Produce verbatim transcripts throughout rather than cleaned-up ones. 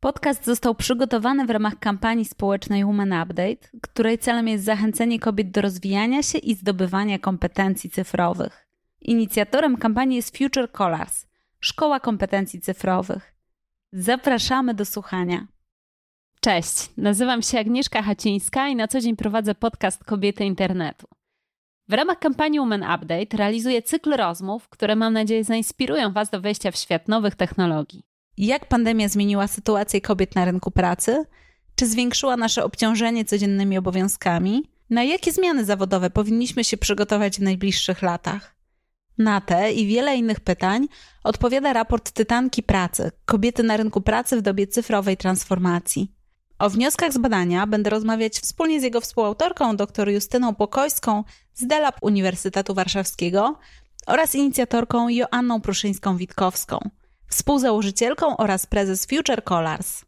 Podcast został przygotowany w ramach kampanii społecznej Women Update, której celem jest zachęcenie kobiet do rozwijania się i zdobywania kompetencji cyfrowych. Inicjatorem kampanii jest Future Colors, Szkoła Kompetencji Cyfrowych. Zapraszamy do słuchania. Cześć, nazywam się Agnieszka Hacińska i na co dzień prowadzę podcast Kobiety Internetu. W ramach kampanii Women Update realizuję cykl rozmów, które mam nadzieję zainspirują Was do wejścia w świat nowych technologii. Jak pandemia zmieniła sytuację kobiet na rynku pracy? Czy zwiększyła nasze obciążenie codziennymi obowiązkami? Na jakie zmiany zawodowe powinniśmy się przygotować w najbliższych latach? Na te i wiele innych pytań odpowiada raport Tytanki Pracy – Kobiety na rynku pracy w dobie cyfrowej transformacji. O wnioskach z badania będę rozmawiać wspólnie z jego współautorką dr Justyną Pokojską z DELAB Uniwersytetu Warszawskiego oraz inicjatorką Joanną Pruszyńską-Witkowską, współzałożycielką oraz prezes Future Colors.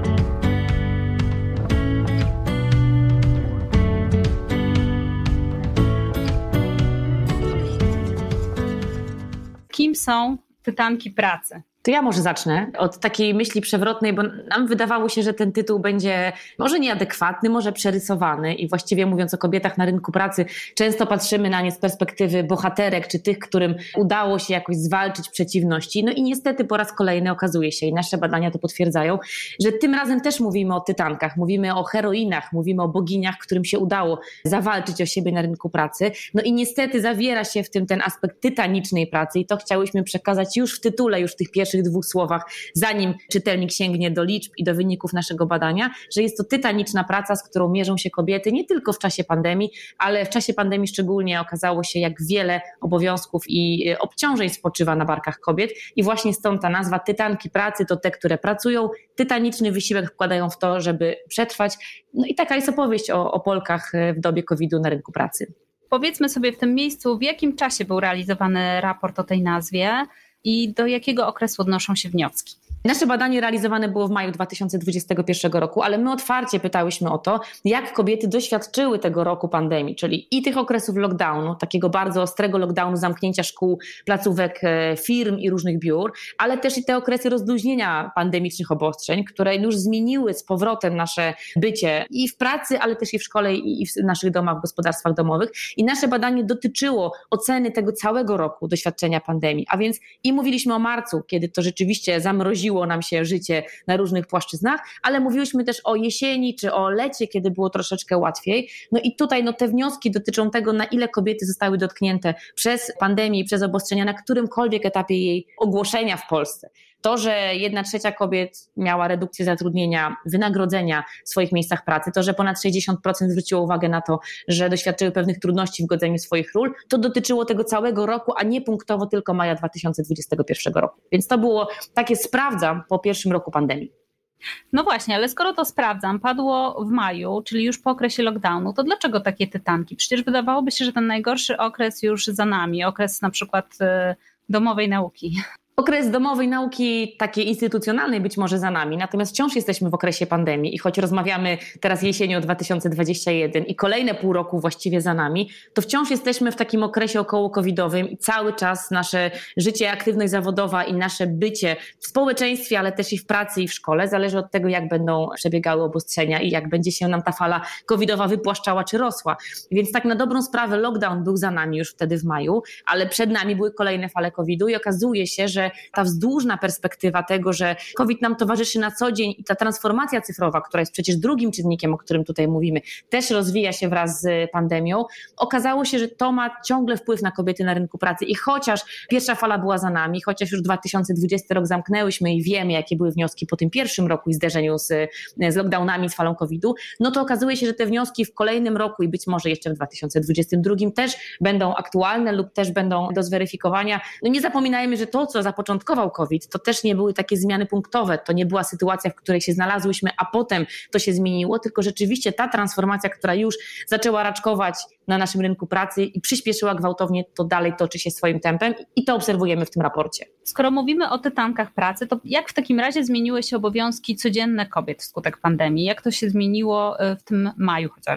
Kim są Tytanki Pracy? To ja może zacznę od takiej myśli przewrotnej, bo nam wydawało się, że ten tytuł będzie może nieadekwatny, może przerysowany i właściwie mówiąc o kobietach na rynku pracy, często patrzymy na nie z perspektywy bohaterek, czy tych, którym udało się jakoś zwalczyć przeciwności. No i niestety po raz kolejny okazuje się, i nasze badania to potwierdzają, że tym razem też mówimy o tytankach, mówimy o heroinach, mówimy o boginiach, którym się udało zawalczyć o siebie na rynku pracy. No i niestety zawiera się w tym ten aspekt tytanicznej pracy i to chciałyśmy przekazać już w tytule, już w tych pierwszych dwóch słowach, zanim czytelnik sięgnie do liczb i do wyników naszego badania, że jest to tytaniczna praca, z którą mierzą się kobiety nie tylko w czasie pandemii, ale w czasie pandemii szczególnie okazało się, jak wiele obowiązków i obciążeń spoczywa na barkach kobiet i właśnie stąd ta nazwa Tytanki Pracy to te, które pracują, tytaniczny wysiłek wkładają w to, żeby przetrwać. No i taka jest opowieść o, o Polkach w dobie kowida na rynku pracy. Powiedzmy sobie w tym miejscu, w jakim czasie był realizowany raport o tej nazwie i do jakiego okresu odnoszą się wnioski? Nasze badanie realizowane było w maju dwa tysiące dwudziestego pierwszego roku, ale my otwarcie pytałyśmy o to, jak kobiety doświadczyły tego roku pandemii, czyli i tych okresów lockdownu, takiego bardzo ostrego lockdownu, zamknięcia szkół, placówek, firm i różnych biur, ale też i te okresy rozluźnienia pandemicznych obostrzeń, które już zmieniły z powrotem nasze bycie i w pracy, ale też i w szkole i w naszych domach, w gospodarstwach domowych. I nasze badanie dotyczyło oceny tego całego roku doświadczenia pandemii, a więc i mówiliśmy o marcu, kiedy to rzeczywiście zamroziło nam się życie na różnych płaszczyznach, ale mówiłyśmy też o jesieni czy o lecie, kiedy było troszeczkę łatwiej. No i tutaj no, te wnioski dotyczą tego, na ile kobiety zostały dotknięte przez pandemię i przez obostrzenia na którymkolwiek etapie jej ogłoszenia w Polsce. To, że jedna trzecia kobiet miała redukcję zatrudnienia, wynagrodzenia w swoich miejscach pracy, to, że ponad sześćdziesiąt procent zwróciło uwagę na to, że doświadczyły pewnych trudności w godzeniu swoich ról, to dotyczyło tego całego roku, a nie punktowo tylko maja dwa tysiące dwudziestego pierwszego roku. Więc to było takie sprawdzam po pierwszym roku pandemii. No właśnie, ale skoro to sprawdzam, padło w maju, czyli już po okresie lockdownu, to dlaczego takie tytanki? Przecież wydawałoby się, że ten najgorszy okres już za nami, okres na przykład domowej nauki. Okres domowej nauki, takiej instytucjonalnej być może za nami, natomiast wciąż jesteśmy w okresie pandemii i choć rozmawiamy teraz jesienią dwa tysiące dwudziestego pierwszego i kolejne pół roku właściwie za nami, to wciąż jesteśmy w takim okresie około-covidowym i cały czas nasze życie, aktywność zawodowa i nasze bycie w społeczeństwie, ale też i w pracy i w szkole zależy od tego, jak będą przebiegały obostrzenia i jak będzie się nam ta fala covidowa wypłaszczała czy rosła. Więc tak na dobrą sprawę lockdown był za nami już wtedy w maju, ale przed nami były kolejne fale covidu i okazuje się, że ta wzdłużna perspektywa tego, że COVID nam towarzyszy na co dzień i ta transformacja cyfrowa, która jest przecież drugim czynnikiem, o którym tutaj mówimy, też rozwija się wraz z pandemią. Okazało się, że to ma ciągle wpływ na kobiety na rynku pracy i chociaż pierwsza fala była za nami, chociaż już dwa tysiące dwudziesty rok zamknęłyśmy i wiemy, jakie były wnioski po tym pierwszym roku i zderzeniu z, z lockdownami, z falą covidu, no to okazuje się, że te wnioski w kolejnym roku i być może jeszcze w dwa tysiące dwudziestym drugim też będą aktualne lub też będą do zweryfikowania. No nie zapominajmy, że to, co zapoczątkował COVID, to też nie były takie zmiany punktowe, to nie była sytuacja, w której się znalazłyśmy, a potem to się zmieniło, tylko rzeczywiście ta transformacja, która już zaczęła raczkować na naszym rynku pracy i przyspieszyła gwałtownie, to dalej toczy się swoim tempem i to obserwujemy w tym raporcie. Skoro mówimy o tytankach pracy, to jak w takim razie zmieniły się obowiązki codzienne kobiet wskutek pandemii? Jak to się zmieniło w tym maju chociażby?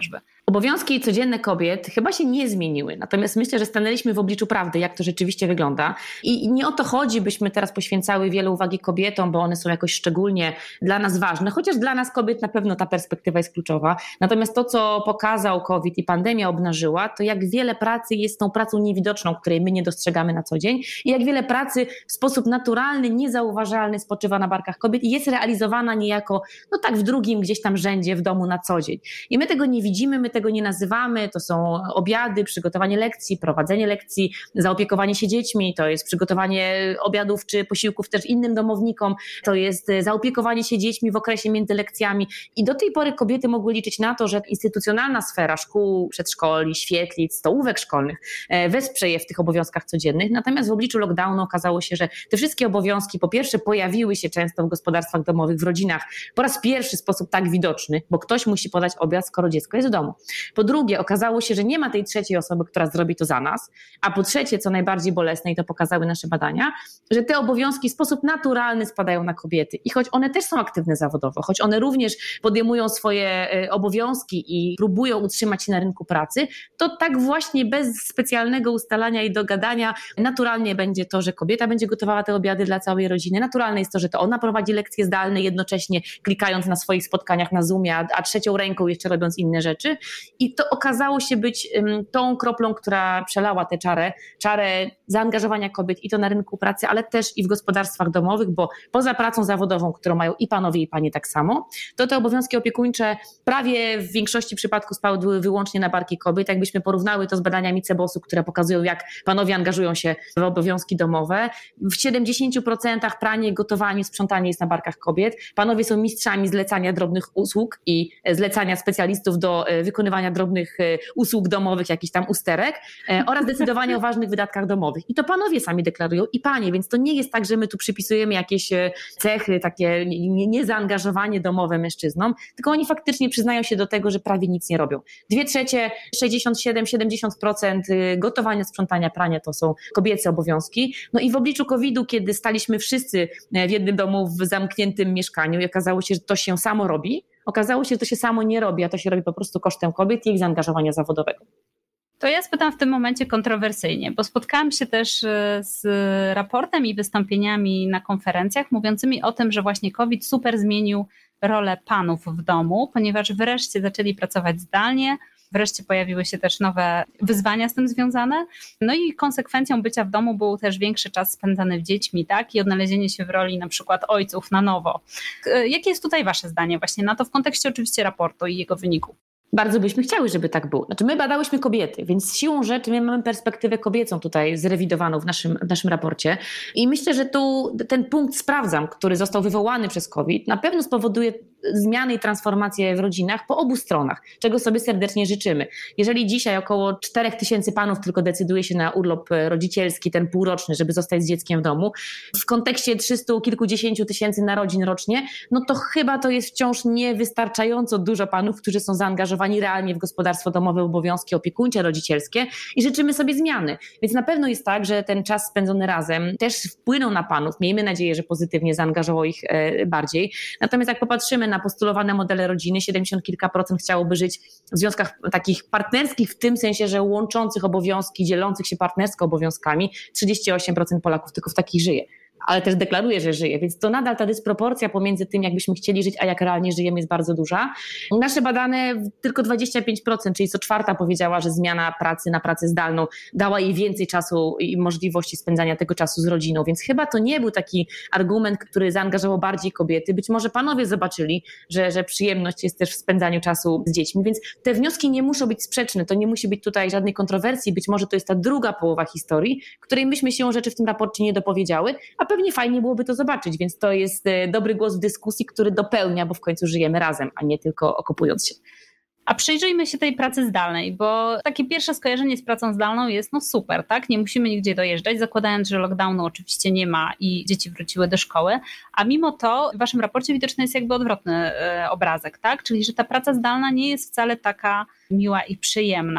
Obowiązki codzienne kobiet chyba się nie zmieniły, natomiast myślę, że stanęliśmy w obliczu prawdy, jak to rzeczywiście wygląda i nie o to chodzi, byśmy teraz poświęcały wiele uwagi kobietom, bo one są jakoś szczególnie dla nas ważne, chociaż dla nas kobiet na pewno ta perspektywa jest kluczowa. Natomiast to, co pokazał COVID i pandemia obnażyła, to jak wiele pracy jest tą pracą niewidoczną, której my nie dostrzegamy na co dzień i jak wiele pracy w sposób naturalny, niezauważalny spoczywa na barkach kobiet i jest realizowana niejako, no tak w drugim gdzieś tam rzędzie w domu na co dzień. I my tego nie widzimy, my tego nie nazywamy, to są obiady, przygotowanie lekcji, prowadzenie lekcji, zaopiekowanie się dziećmi, to jest przygotowanie obiadów czy posiłków też innym domownikom, to jest zaopiekowanie się dziećmi w okresie między lekcjami i do tej pory kobiety mogły liczyć na to, że instytucjonalna sfera szkół, przedszkoli, świetlic, stołówek szkolnych wesprze je w tych obowiązkach codziennych, natomiast w obliczu lockdownu okazało się, że te wszystkie obowiązki po pierwsze pojawiły się często w gospodarstwach domowych, w rodzinach po raz pierwszy w sposób tak widoczny, bo ktoś musi podać obiad, skoro dziecko jest w domu. Po drugie, okazało się, że nie ma tej trzeciej osoby, która zrobi to za nas, a po trzecie, co najbardziej bolesne i to pokazały nasze badania, że te obowiązki w sposób naturalny spadają na kobiety i choć one też są aktywne zawodowo, choć one również podejmują swoje obowiązki i próbują utrzymać się na rynku pracy, to tak właśnie bez specjalnego ustalania i dogadania naturalnie będzie to, że kobieta będzie gotowała te obiady dla całej rodziny, naturalne jest to, że to ona prowadzi lekcje zdalne, jednocześnie klikając na swoich spotkaniach na Zoomie, a, a trzecią ręką jeszcze robiąc inne rzeczy i to okazało się być um, tą kroplą, która przelała tę czarę, czarę zaangażowania kobiet i to na rynku pracy, ale też i w gospodarstwach domowych, bo poza pracą zawodową, którą mają i panowie i panie tak samo, to te obowiązki opiekuńcze prawie w większości przypadków spadły wyłącznie na barki kobiet. Jakbyśmy porównały to z badaniami Cebosu, które pokazują, jak panowie angażują się w obowiązki domowe, w siedemdziesiąt procent pranie, gotowanie, sprzątanie jest na barkach kobiet. Panowie są mistrzami zlecania drobnych usług i zlecania specjalistów do wykonywania drobnych usług domowych, jakichś tam usterek oraz decydowania o ważnych wydatkach domowych. I to panowie sami deklarują i panie, więc to nie jest tak, że my tu przypisujemy jakieś cechy, takie niezaangażowanie domowe mężczyznom, tylko oni faktycznie przyznają się do tego, że prawie nic nie robią. Dwie trzecie, sześćdziesiąt siedem do siedemdziesięciu procent gotowania, sprzątania, prania to są kobiece obowiązki. No i w obliczu kowida, kiedy staliśmy wszyscy w jednym domu w zamkniętym mieszkaniu i okazało się, że to się samo robi, okazało się, że to się samo nie robi, a to się robi po prostu kosztem kobiet i ich zaangażowania zawodowego. To ja spytam w tym momencie kontrowersyjnie, bo spotkałam się też z raportem i wystąpieniami na konferencjach mówiącymi o tym, że właśnie COVID super zmienił rolę panów w domu, ponieważ wreszcie zaczęli pracować zdalnie, wreszcie pojawiły się też nowe wyzwania z tym związane, no i konsekwencją bycia w domu był też większy czas spędzany z dziećmi, tak, i odnalezienie się w roli na przykład ojców na nowo. Jakie jest tutaj wasze zdanie właśnie na to w kontekście oczywiście raportu i jego wyników? Bardzo byśmy chciały, żeby tak było. Znaczy my badałyśmy kobiety, więc siłą rzeczy my mamy perspektywę kobiecą tutaj zrewidowaną w naszym, w naszym raporcie i myślę, że tu ten punkt sprawdzam, który został wywołany przez COVID, na pewno spowoduje zmiany i transformacje w rodzinach po obu stronach, czego sobie serdecznie życzymy. Jeżeli dzisiaj około czterech tysięcy panów tylko decyduje się na urlop rodzicielski, ten półroczny, żeby zostać z dzieckiem w domu, w kontekście trzystu kilkudziesięciu tysięcy narodzin rocznie, no to chyba to jest wciąż niewystarczająco dużo panów, którzy są zaangażowani realnie w gospodarstwo domowe, obowiązki opiekuńcze, rodzicielskie i życzymy sobie zmiany. Więc na pewno jest tak, że ten czas spędzony razem też wpłynął na panów. Miejmy nadzieję, że pozytywnie zaangażował ich e, bardziej. Natomiast jak popatrzymy na postulowane modele rodziny, siedemdziesiąt kilka procent chciałoby żyć w związkach takich partnerskich, w tym sensie, że łączących obowiązki, dzielących się partnersko obowiązkami, trzydzieści osiem procent Polaków tylko w takich żyje. Ale też deklaruje, że żyje, więc to nadal ta dysproporcja pomiędzy tym, jakbyśmy chcieli żyć, a jak realnie żyjemy, jest bardzo duża. Nasze badane tylko dwadzieścia pięć procent, czyli co czwarta powiedziała, że zmiana pracy na pracę zdalną dała jej więcej czasu i możliwości spędzania tego czasu z rodziną, więc chyba to nie był taki argument, który zaangażował bardziej kobiety. Być może panowie zobaczyli, że, że przyjemność jest też w spędzaniu czasu z dziećmi, więc te wnioski nie muszą być sprzeczne, to nie musi być tutaj żadnej kontrowersji, być może to jest ta druga połowa historii, której myśmy siłą rzeczy w tym raporcie nie dopowiedziały, a pewnie fajnie byłoby to zobaczyć, więc to jest dobry głos w dyskusji, który dopełnia, bo w końcu żyjemy razem, a nie tylko okopując się. A przyjrzyjmy się tej pracy zdalnej, bo takie pierwsze skojarzenie z pracą zdalną jest no super, tak? Nie musimy nigdzie dojeżdżać, zakładając, że lockdownu oczywiście nie ma i dzieci wróciły do szkoły, a mimo to w waszym raporcie widoczny jest jakby odwrotny e, obrazek, tak? Czyli że ta praca zdalna nie jest wcale taka miła i przyjemna.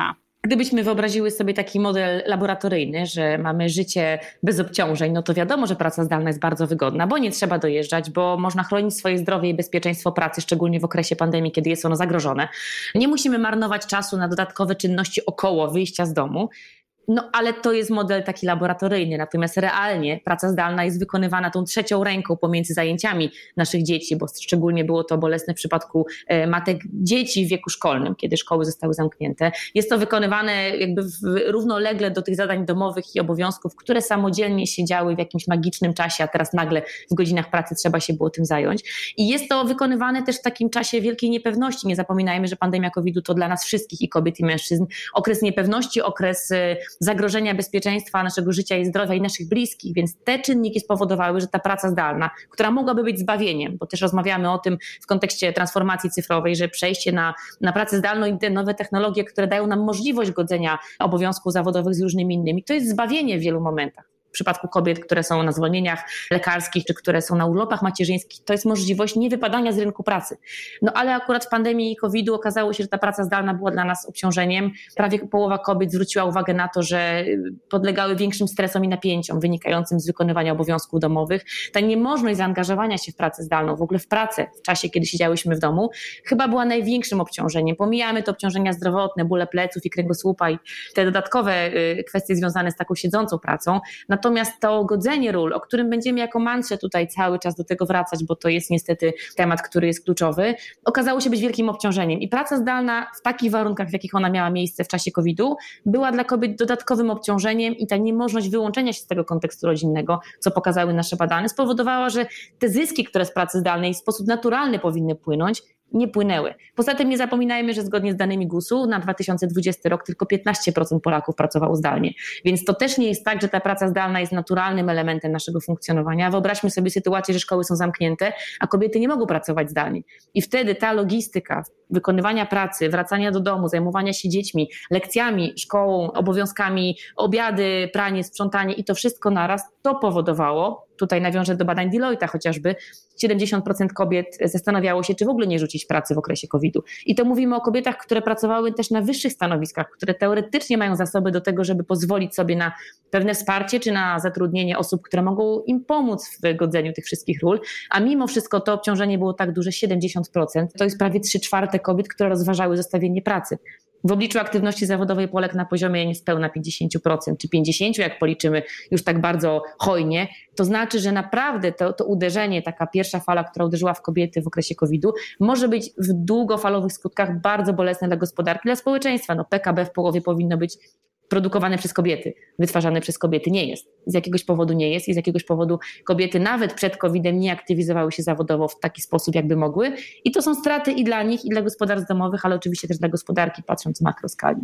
Gdybyśmy wyobraziły sobie taki model laboratoryjny, że mamy życie bez obciążeń, no to wiadomo, że praca zdalna jest bardzo wygodna, bo nie trzeba dojeżdżać, bo można chronić swoje zdrowie i bezpieczeństwo pracy, szczególnie w okresie pandemii, kiedy jest ono zagrożone. Nie musimy marnować czasu na dodatkowe czynności około wyjścia z domu. No ale to jest model taki laboratoryjny, natomiast realnie praca zdalna jest wykonywana tą trzecią ręką pomiędzy zajęciami naszych dzieci, bo szczególnie było to bolesne w przypadku matek dzieci w wieku szkolnym, kiedy szkoły zostały zamknięte. Jest to wykonywane jakby w, równolegle do tych zadań domowych i obowiązków, które samodzielnie się działy w jakimś magicznym czasie, a teraz nagle w godzinach pracy trzeba się było tym zająć. I jest to wykonywane też w takim czasie wielkiej niepewności. Nie zapominajmy, że pandemia kowida to dla nas wszystkich, i kobiet, i mężczyzn, okres niepewności, okres zagrożenia bezpieczeństwa naszego życia i zdrowia i naszych bliskich, więc te czynniki spowodowały, że ta praca zdalna, która mogłaby być zbawieniem, bo też rozmawiamy o tym w kontekście transformacji cyfrowej, że przejście na, na pracę zdalną i te nowe technologie, które dają nam możliwość godzenia obowiązków zawodowych z różnymi innymi, to jest zbawienie w wielu momentach. W przypadku kobiet, które są na zwolnieniach lekarskich, czy które są na urlopach macierzyńskich, to jest możliwość niewypadania z rynku pracy. No ale akurat w pandemii kowida okazało się, że ta praca zdalna była dla nas obciążeniem. Prawie połowa kobiet zwróciła uwagę na to, że podlegały większym stresom i napięciom wynikającym z wykonywania obowiązków domowych. Ta niemożność zaangażowania się w pracę zdalną, w ogóle w pracę w czasie, kiedy siedziałyśmy w domu, chyba była największym obciążeniem. Pomijamy te obciążenia zdrowotne, bóle pleców i kręgosłupa i te dodatkowe kwestie związane z taką siedzącą pracą. Natomiast to godzenie ról, o którym będziemy jako mantrze tutaj cały czas do tego wracać, bo to jest niestety temat, który jest kluczowy, okazało się być wielkim obciążeniem. I praca zdalna w takich warunkach, w jakich ona miała miejsce w czasie kowidu, była dla kobiet dodatkowym obciążeniem i ta niemożność wyłączenia się z tego kontekstu rodzinnego, co pokazały nasze badania, spowodowała, że te zyski, które z pracy zdalnej w sposób naturalny powinny płynąć, nie płynęły. Poza tym nie zapominajmy, że zgodnie z danymi gusu na dwa tysiące dwudziesty rok tylko piętnaście procent Polaków pracowało zdalnie. Więc to też nie jest tak, że ta praca zdalna jest naturalnym elementem naszego funkcjonowania. Wyobraźmy sobie sytuację, że szkoły są zamknięte, a kobiety nie mogą pracować zdalnie. I wtedy ta logistyka wykonywania pracy, wracania do domu, zajmowania się dziećmi, lekcjami, szkołą, obowiązkami, obiady, pranie, sprzątanie i to wszystko naraz, to powodowało, tutaj nawiążę do badań Deloitte'a chociażby, siedemdziesiąt procent kobiet zastanawiało się, czy w ogóle nie rzucić pracy w okresie kowidu. I to mówimy o kobietach, które pracowały też na wyższych stanowiskach, które teoretycznie mają zasoby do tego, żeby pozwolić sobie na pewne wsparcie, czy na zatrudnienie osób, które mogą im pomóc w godzeniu tych wszystkich ról, a mimo wszystko to obciążenie było tak duże, siedemdziesiąt procent. To jest prawie trzy czwarte kobiet, które rozważały zostawienie pracy. W obliczu aktywności zawodowej Polek na poziomie niespełna pięćdziesiąt procent czy pięćdziesiąt procent, jak policzymy już tak bardzo hojnie, to znaczy, że naprawdę to, to uderzenie, taka pierwsza fala, która uderzyła w kobiety w okresie kowidu, może być w długofalowych skutkach bardzo bolesne dla gospodarki, dla społeczeństwa. No P K B w połowie powinno być produkowane przez kobiety, wytwarzane przez kobiety. Nie jest. Z jakiegoś powodu nie jest i z jakiegoś powodu kobiety nawet przed kowidem nie aktywizowały się zawodowo w taki sposób, jakby mogły. I to są straty i dla nich, i dla gospodarstw domowych, ale oczywiście też dla gospodarki, patrząc w makroskali.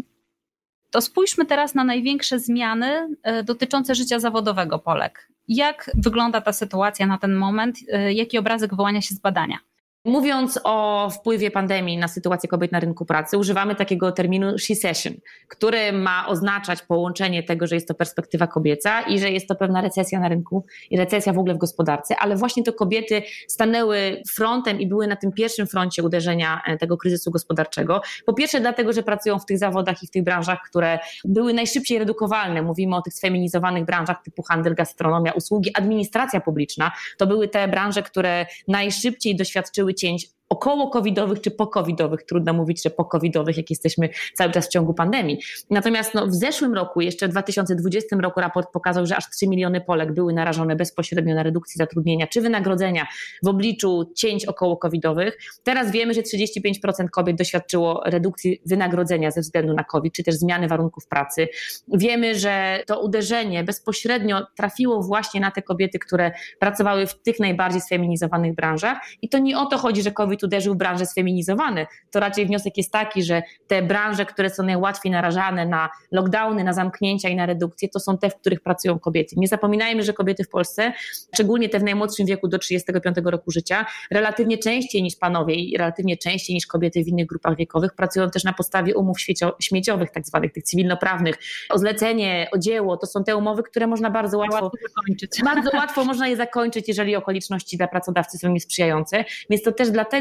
To spójrzmy teraz na największe zmiany dotyczące życia zawodowego Polek. Jak wygląda ta sytuacja na ten moment? Jaki obrazek wyłania się z badania? Mówiąc o wpływie pandemii na sytuację kobiet na rynku pracy, używamy takiego terminu she-session, który ma oznaczać połączenie tego, że jest to perspektywa kobieca i że jest to pewna recesja na rynku i recesja w ogóle w gospodarce, ale właśnie to kobiety stanęły frontem i były na tym pierwszym froncie uderzenia tego kryzysu gospodarczego. Po pierwsze dlatego, że pracują w tych zawodach i w tych branżach, które były najszybciej redukowalne. Mówimy o tych sfeminizowanych branżach typu handel, gastronomia, usługi, administracja publiczna. To były te branże, które najszybciej doświadczyły cięć około covidowych czy po-covidowych, trudno mówić, że po-covidowych, jak jesteśmy cały czas w ciągu pandemii. Natomiast no, w zeszłym roku, jeszcze w dwa tysiące dwudziestym roku raport pokazał, że aż trzy miliony Polek były narażone bezpośrednio na redukcję zatrudnienia czy wynagrodzenia w obliczu cięć około-covidowych. Teraz wiemy, że trzydzieści pięć procent kobiet doświadczyło redukcji wynagrodzenia ze względu na COVID, czy też zmiany warunków pracy. Wiemy, że to uderzenie bezpośrednio trafiło właśnie na te kobiety, które pracowały w tych najbardziej sfeminizowanych branżach i to nie o to chodzi, że COVID uderzył w branże sfeminizowane. To raczej wniosek jest taki, że te branże, które są najłatwiej narażane na lockdowny, na zamknięcia i na redukcje, to są te, w których pracują kobiety. Nie zapominajmy, że kobiety w Polsce, szczególnie te w najmłodszym wieku do trzydziestego piątego roku życia, relatywnie częściej niż panowie i relatywnie częściej niż kobiety w innych grupach wiekowych pracują też na podstawie umów śmieciowych, tak zwanych, tych cywilnoprawnych. O zlecenie, o dzieło, to są te umowy, które można bardzo łatwo, łatwo zakończyć. Bardzo łatwo można je zakończyć, jeżeli okoliczności dla pracodawcy są niesprzyjające. Więc to też dlatego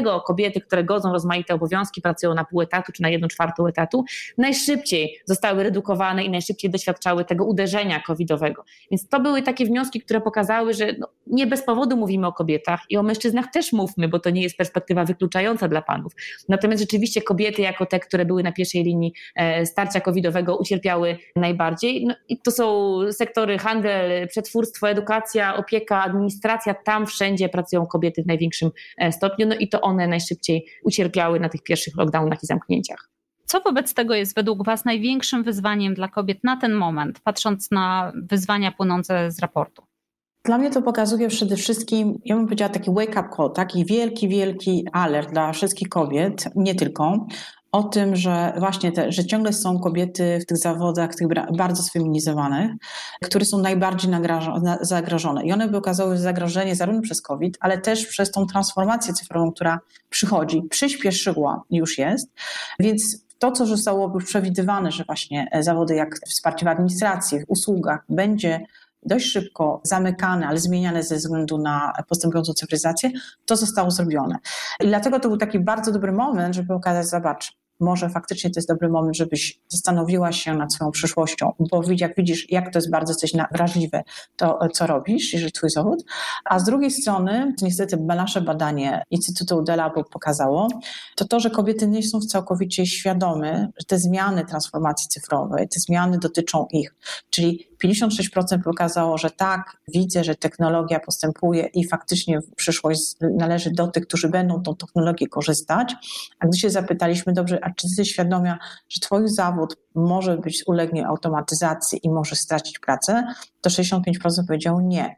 dlaczego kobiety, które godzą rozmaite obowiązki, pracują na pół etatu czy na jedną czwartą etatu, najszybciej zostały redukowane i najszybciej doświadczały tego uderzenia covidowego. Więc to były takie wnioski, które pokazały, że no, nie bez powodu mówimy o kobietach i o mężczyznach też mówmy, bo to nie jest perspektywa wykluczająca dla panów. Natomiast rzeczywiście kobiety jako te, które były na pierwszej linii e, starcia covidowego, ucierpiały najbardziej. No, i to są sektory handel, przetwórstwo, edukacja, opieka, administracja. Tam wszędzie pracują kobiety w największym stopniu, no i to one najszybciej ucierpiały na tych pierwszych lockdownach i zamknięciach. Co wobec tego jest według Was największym wyzwaniem dla kobiet na ten moment, patrząc na wyzwania płynące z raportu? Dla mnie to pokazuje przede wszystkim, ja bym powiedziała taki wake-up call, taki wielki, wielki alert dla wszystkich kobiet, nie tylko, o tym, że właśnie te, że ciągle są kobiety w tych zawodach tych bardzo sfeminizowanych, które są najbardziej zagrożone. I one by okazały zagrożenie zarówno przez COVID, ale też przez tą transformację cyfrową, która przychodzi, przyspieszyła, już jest. Więc to, co zostało już przewidywane, że właśnie zawody jak wsparcie w administracji, w usługach będzie dość szybko zamykane, ale zmieniane ze względu na postępującą cyfryzację, to zostało zrobione. I dlatego to był taki bardzo dobry moment, żeby okazać, zobacz, może faktycznie to jest dobry moment, żebyś zastanowiła się nad swoją przyszłością, bo jak widzisz, jak to jest bardzo jesteś wrażliwy, to co robisz, jeżeli twój zawód. A z drugiej strony, niestety nasze badanie Instytutu Delabu pokazało, to to, że kobiety nie są całkowicie świadome, że te zmiany transformacji cyfrowej, te zmiany dotyczą ich. Czyli pięćdziesiąt sześć procent pokazało, że tak, widzę, że technologia postępuje i faktycznie w przyszłość należy do tych, którzy będą tą technologię korzystać. A gdy się zapytaliśmy, dobrze, a czy jesteś świadoma, że twój zawód może być, ulegnie automatyzacji i możesz stracić pracę, to sześćdziesiąt pięć procent powiedziało nie,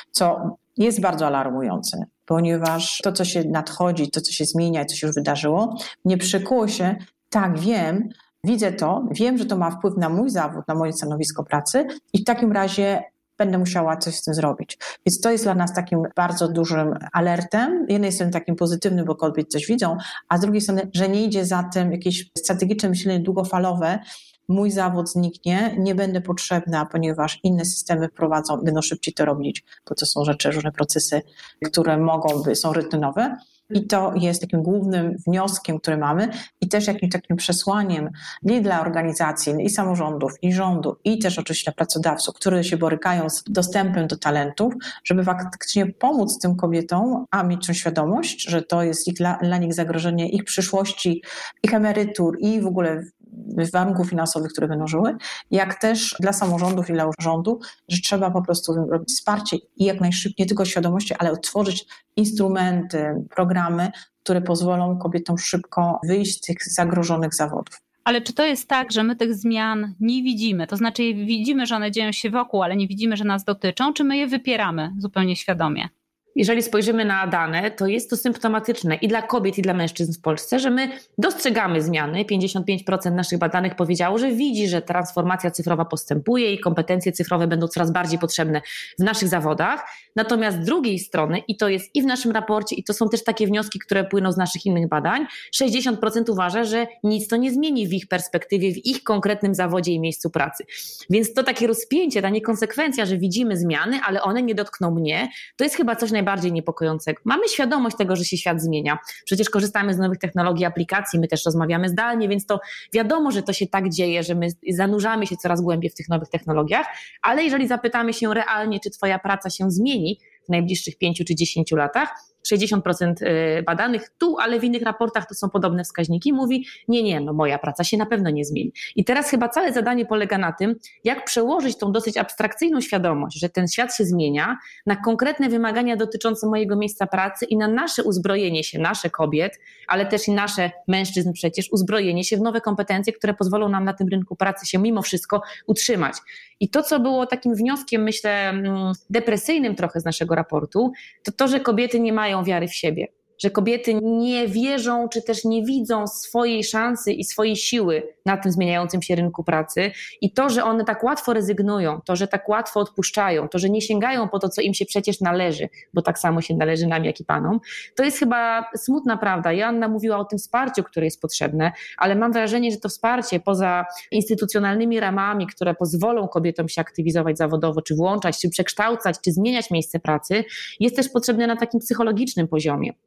co jest bardzo alarmujące, ponieważ to, co się nadchodzi, to, co się zmienia i co się już wydarzyło, nie przykuło się, tak, wiem, widzę to, wiem, że to ma wpływ na mój zawód, na moje stanowisko pracy i w takim razie będę musiała coś z tym zrobić. Więc to jest dla nas takim bardzo dużym alertem. Z jednej strony takim pozytywnym, bo kobiety coś widzą, a z drugiej strony, że nie idzie za tym jakieś strategiczne myślenie długofalowe, mój zawód zniknie, nie będę potrzebna, ponieważ inne systemy wprowadzą, będą szybciej to robić, bo to są rzeczy, różne procesy, które mogą być, są rutynowe. I to jest takim głównym wnioskiem, który mamy i też jakimś takim przesłaniem nie dla organizacji i samorządów, i rządu, i też oczywiście dla pracodawców, które się borykają z dostępem do talentów, żeby faktycznie pomóc tym kobietom, a mieć tą świadomość, że to jest ich, dla, dla nich zagrożenie ich przyszłości, ich emerytur i w ogóle warunków finansowych, które będą żyły, jak też dla samorządów i dla rządu, że trzeba po prostu robić wsparcie i jak najszybciej, nie tylko świadomości, ale utworzyć instrumenty, programy, które pozwolą kobietom szybko wyjść z tych zagrożonych zawodów. Ale czy to jest tak, że my tych zmian nie widzimy? To znaczy widzimy, że one dzieją się wokół, ale nie widzimy, że nas dotyczą, czy my je wypieramy zupełnie świadomie? Jeżeli spojrzymy na dane, to jest to symptomatyczne i dla kobiet, i dla mężczyzn w Polsce, że my dostrzegamy zmiany. pięćdziesiąt pięć procent naszych badanych powiedziało, że widzi, że transformacja cyfrowa postępuje i kompetencje cyfrowe będą coraz bardziej potrzebne w naszych zawodach. Natomiast z drugiej strony, i to jest i w naszym raporcie, i to są też takie wnioski, które płyną z naszych innych badań, sześćdziesiąt procent uważa, że nic to nie zmieni w ich perspektywie, w ich konkretnym zawodzie i miejscu pracy. Więc to takie rozpięcie, ta niekonsekwencja, że widzimy zmiany, ale one nie dotkną mnie, to jest chyba coś najbardziej niepokojącego. Mamy świadomość tego, że się świat zmienia. Przecież korzystamy z nowych technologii, aplikacji, my też rozmawiamy zdalnie, więc to wiadomo, że to się tak dzieje, że my zanurzamy się coraz głębiej w tych nowych technologiach, ale jeżeli zapytamy się realnie, czy twoja praca się zmieni w najbliższych pięciu czy dziesięciu latach, sześćdziesiąt procent badanych tu, ale w innych raportach to są podobne wskaźniki, mówi nie, nie, no moja praca się na pewno nie zmieni. I teraz chyba całe zadanie polega na tym, jak przełożyć tą dosyć abstrakcyjną świadomość, że ten świat się zmienia, na konkretne wymagania dotyczące mojego miejsca pracy i na nasze uzbrojenie się, nasze kobiet, ale też i nasze mężczyzn przecież, uzbrojenie się w nowe kompetencje, które pozwolą nam na tym rynku pracy się mimo wszystko utrzymać. I to, co było takim wnioskiem, myślę, depresyjnym trochę z naszego raportu, to to, że kobiety nie mają wiary w siebie, że kobiety nie wierzą, czy też nie widzą swojej szansy i swojej siły na tym zmieniającym się rynku pracy i to, że one tak łatwo rezygnują, to, że tak łatwo odpuszczają, to, że nie sięgają po to, co im się przecież należy, bo tak samo się należy nam, jak i panom, to jest chyba smutna prawda. Joanna mówiła o tym wsparciu, które jest potrzebne, ale mam wrażenie, że to wsparcie poza instytucjonalnymi ramami, które pozwolą kobietom się aktywizować zawodowo, czy włączać, czy przekształcać, czy zmieniać miejsce pracy, jest też potrzebne na takim psychologicznym poziomie.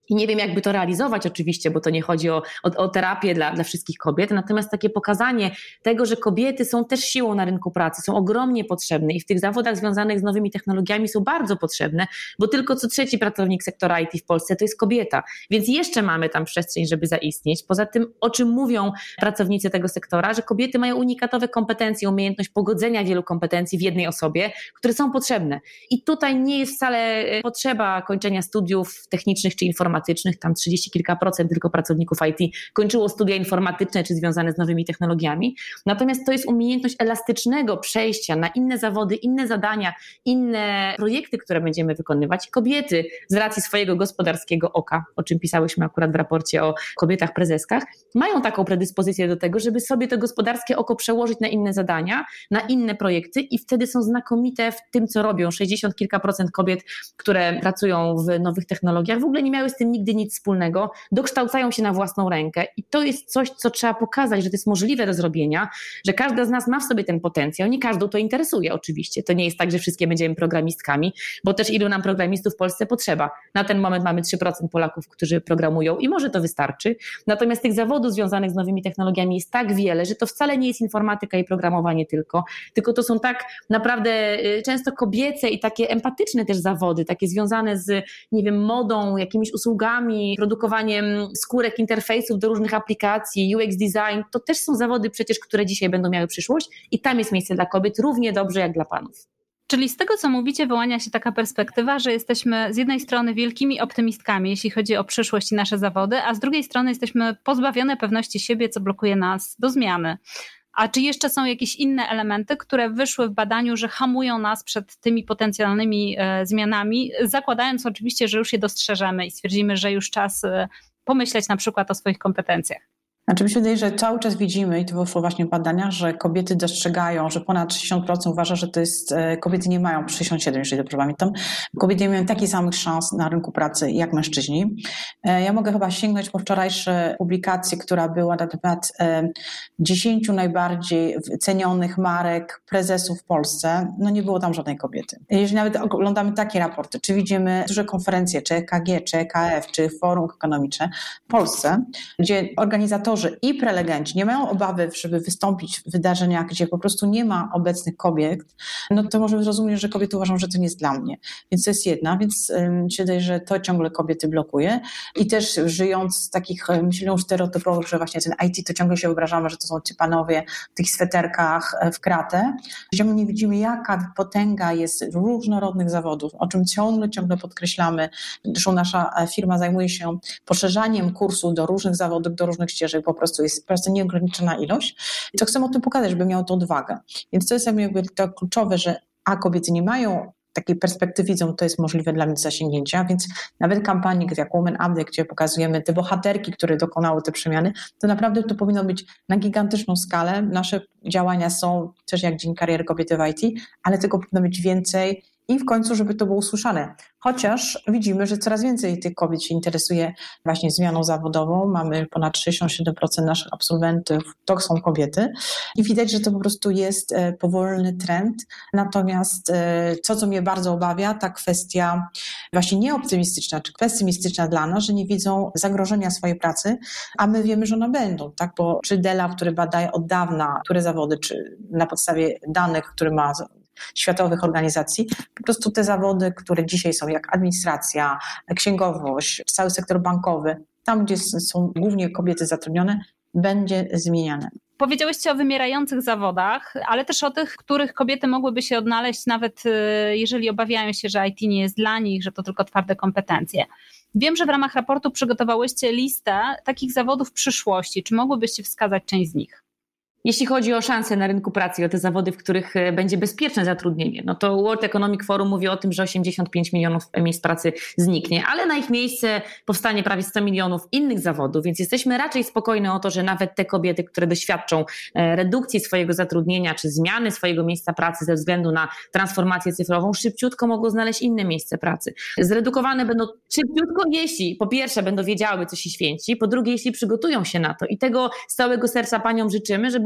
I nie wiem, jakby to realizować oczywiście, bo to nie chodzi o, o, o terapię dla, dla wszystkich kobiet, natomiast takie pokazanie tego, że kobiety są też siłą na rynku pracy, są ogromnie potrzebne i w tych zawodach związanych z nowymi technologiami są bardzo potrzebne, bo tylko co trzeci pracownik sektora I T w Polsce to jest kobieta, więc jeszcze mamy tam przestrzeń, żeby zaistnieć. Poza tym, o czym mówią pracownicy tego sektora, że kobiety mają unikatowe kompetencje, umiejętność pogodzenia wielu kompetencji w jednej osobie, które są potrzebne. I tutaj nie jest wcale potrzeba kończenia studiów technicznych czy informatycznych, tam trzydzieści kilka procent tylko pracowników I T kończyło studia informatyczne czy związane z nowymi technologiami. Natomiast to jest umiejętność elastycznego przejścia na inne zawody, inne zadania, inne projekty, które będziemy wykonywać. Kobiety z racji swojego gospodarskiego oka, o czym pisałyśmy akurat w raporcie o kobietach prezeskach, mają taką predyspozycję do tego, żeby sobie to gospodarskie oko przełożyć na inne zadania, na inne projekty i wtedy są znakomite w tym, co robią. sześćdziesiąt kilka procent kobiet, które pracują w nowych technologiach, w ogóle nie miały z tym nigdy nic wspólnego, dokształcają się na własną rękę i to jest coś, co trzeba pokazać, że to jest możliwe do zrobienia, że każda z nas ma w sobie ten potencjał, nie każdą to interesuje oczywiście, to nie jest tak, że wszystkie będziemy programistkami, bo też ilu nam programistów w Polsce potrzeba. Na ten moment mamy trzy procent Polaków, którzy programują i może to wystarczy, natomiast tych zawodów związanych z nowymi technologiami jest tak wiele, że to wcale nie jest informatyka i programowanie tylko, tylko to są tak naprawdę często kobiece i takie empatyczne też zawody, takie związane z, nie wiem, modą, jakimiś usługami, produkowaniem skórek, interfejsów do różnych aplikacji, U X design, to też są zawody przecież, które dzisiaj będą miały przyszłość i tam jest miejsce dla kobiet równie dobrze jak dla panów. Czyli z tego, co mówicie, wyłania się taka perspektywa, że jesteśmy z jednej strony wielkimi optymistkami, jeśli chodzi o przyszłość i nasze zawody, a z drugiej strony jesteśmy pozbawione pewności siebie, co blokuje nas do zmiany. A czy jeszcze są jakieś inne elementy, które wyszły w badaniu, że hamują nas przed tymi potencjalnymi e, zmianami, zakładając oczywiście, że już je dostrzeżemy i stwierdzimy, że już czas e, pomyśleć na przykład o swoich kompetencjach? Znaczy mi się wydaje, że cały czas widzimy, i to wyszło właśnie w badaniach, że kobiety dostrzegają, że ponad sześćdziesiąt procent uważa, że to jest, kobiety nie mają, sześćdziesiąt siedem procent, jeżeli dobrze pamiętam, kobiety nie mają takich samych szans na rynku pracy jak mężczyźni. Ja mogę chyba sięgnąć po wczorajsze publikacje, która była na temat dziesięciu najbardziej cenionych marek prezesów w Polsce. No nie było tam żadnej kobiety. Jeżeli nawet oglądamy takie raporty, czy widzimy duże konferencje, czy E K G, czy E K F, czy Forum Ekonomiczne w Polsce, gdzie organizatorzy i prelegenci nie mają obawy, żeby wystąpić w wydarzeniach, gdzie po prostu nie ma obecnych kobiet, no to możemy zrozumieć, że kobiety uważają, że to nie jest dla mnie. Więc to jest jedna, więc mi się wydaje, że to ciągle kobiety blokuje. I też żyjąc z takich myślą stereotypowych, że właśnie ten I T, to ciągle się wyobrażamy, że to są ci panowie w tych sweterkach w kratę. Ciągle nie widzimy, jaka potęga jest różnorodnych zawodów, o czym ciągle, ciągle podkreślamy. Zresztą nasza firma zajmuje się poszerzaniem kursów do różnych zawodów, do różnych ścieżek, po prostu jest po prostu nieograniczona ilość. I to chcemy o tym pokazać, żeby miało to odwagę. Więc to jest jakby to kluczowe, że a kobiety nie mają takiej perspektywy, widzą, to jest możliwe dla mnie do zasięgnięcia, więc nawet kampanii jak Women Update, gdzie pokazujemy te bohaterki, które dokonały te przemiany, to naprawdę to powinno być na gigantyczną skalę. Nasze działania są też jak Dzień Kariery Kobiety w I T, ale tego powinno być więcej i w końcu, żeby to było usłyszane. Chociaż widzimy, że coraz więcej tych kobiet się interesuje właśnie zmianą zawodową. Mamy ponad sześćdziesiąt siedem procent naszych absolwentów, to są kobiety i widać, że to po prostu jest powolny trend. Natomiast to, co mnie bardzo obawia, ta kwestia właśnie nieoptymistyczna, czy pesymistyczna dla nas, że nie widzą zagrożenia swojej pracy, a my wiemy, że one będą, tak? Bo czy Dela, który badaje od dawna, które zawody, czy na podstawie danych, które ma światowych organizacji, po prostu te zawody, które dzisiaj są, jak administracja, księgowość, cały sektor bankowy, tam gdzie są głównie kobiety zatrudnione, będzie zmieniane. Powiedziałyście o wymierających zawodach, ale też o tych, których kobiety mogłyby się odnaleźć, nawet jeżeli obawiają się, że I T nie jest dla nich, że to tylko twarde kompetencje. Wiem, że w ramach raportu przygotowałyście listę takich zawodów przyszłości. Czy mogłybyście wskazać część z nich? Jeśli chodzi o szanse na rynku pracy i o te zawody, w których będzie bezpieczne zatrudnienie, no to World Economic Forum mówi o tym, że osiemdziesiąt pięć milionów miejsc pracy zniknie, ale na ich miejsce powstanie prawie sto milionów innych zawodów, więc jesteśmy raczej spokojni o to, że nawet te kobiety, które doświadczą redukcji swojego zatrudnienia czy zmiany swojego miejsca pracy ze względu na transformację cyfrową, szybciutko mogą znaleźć inne miejsce pracy. Zredukowane będą szybciutko, jeśli po pierwsze będą wiedziały, co się święci, po drugie, jeśli przygotują się na to i tego z całego serca paniom życzymy, żeby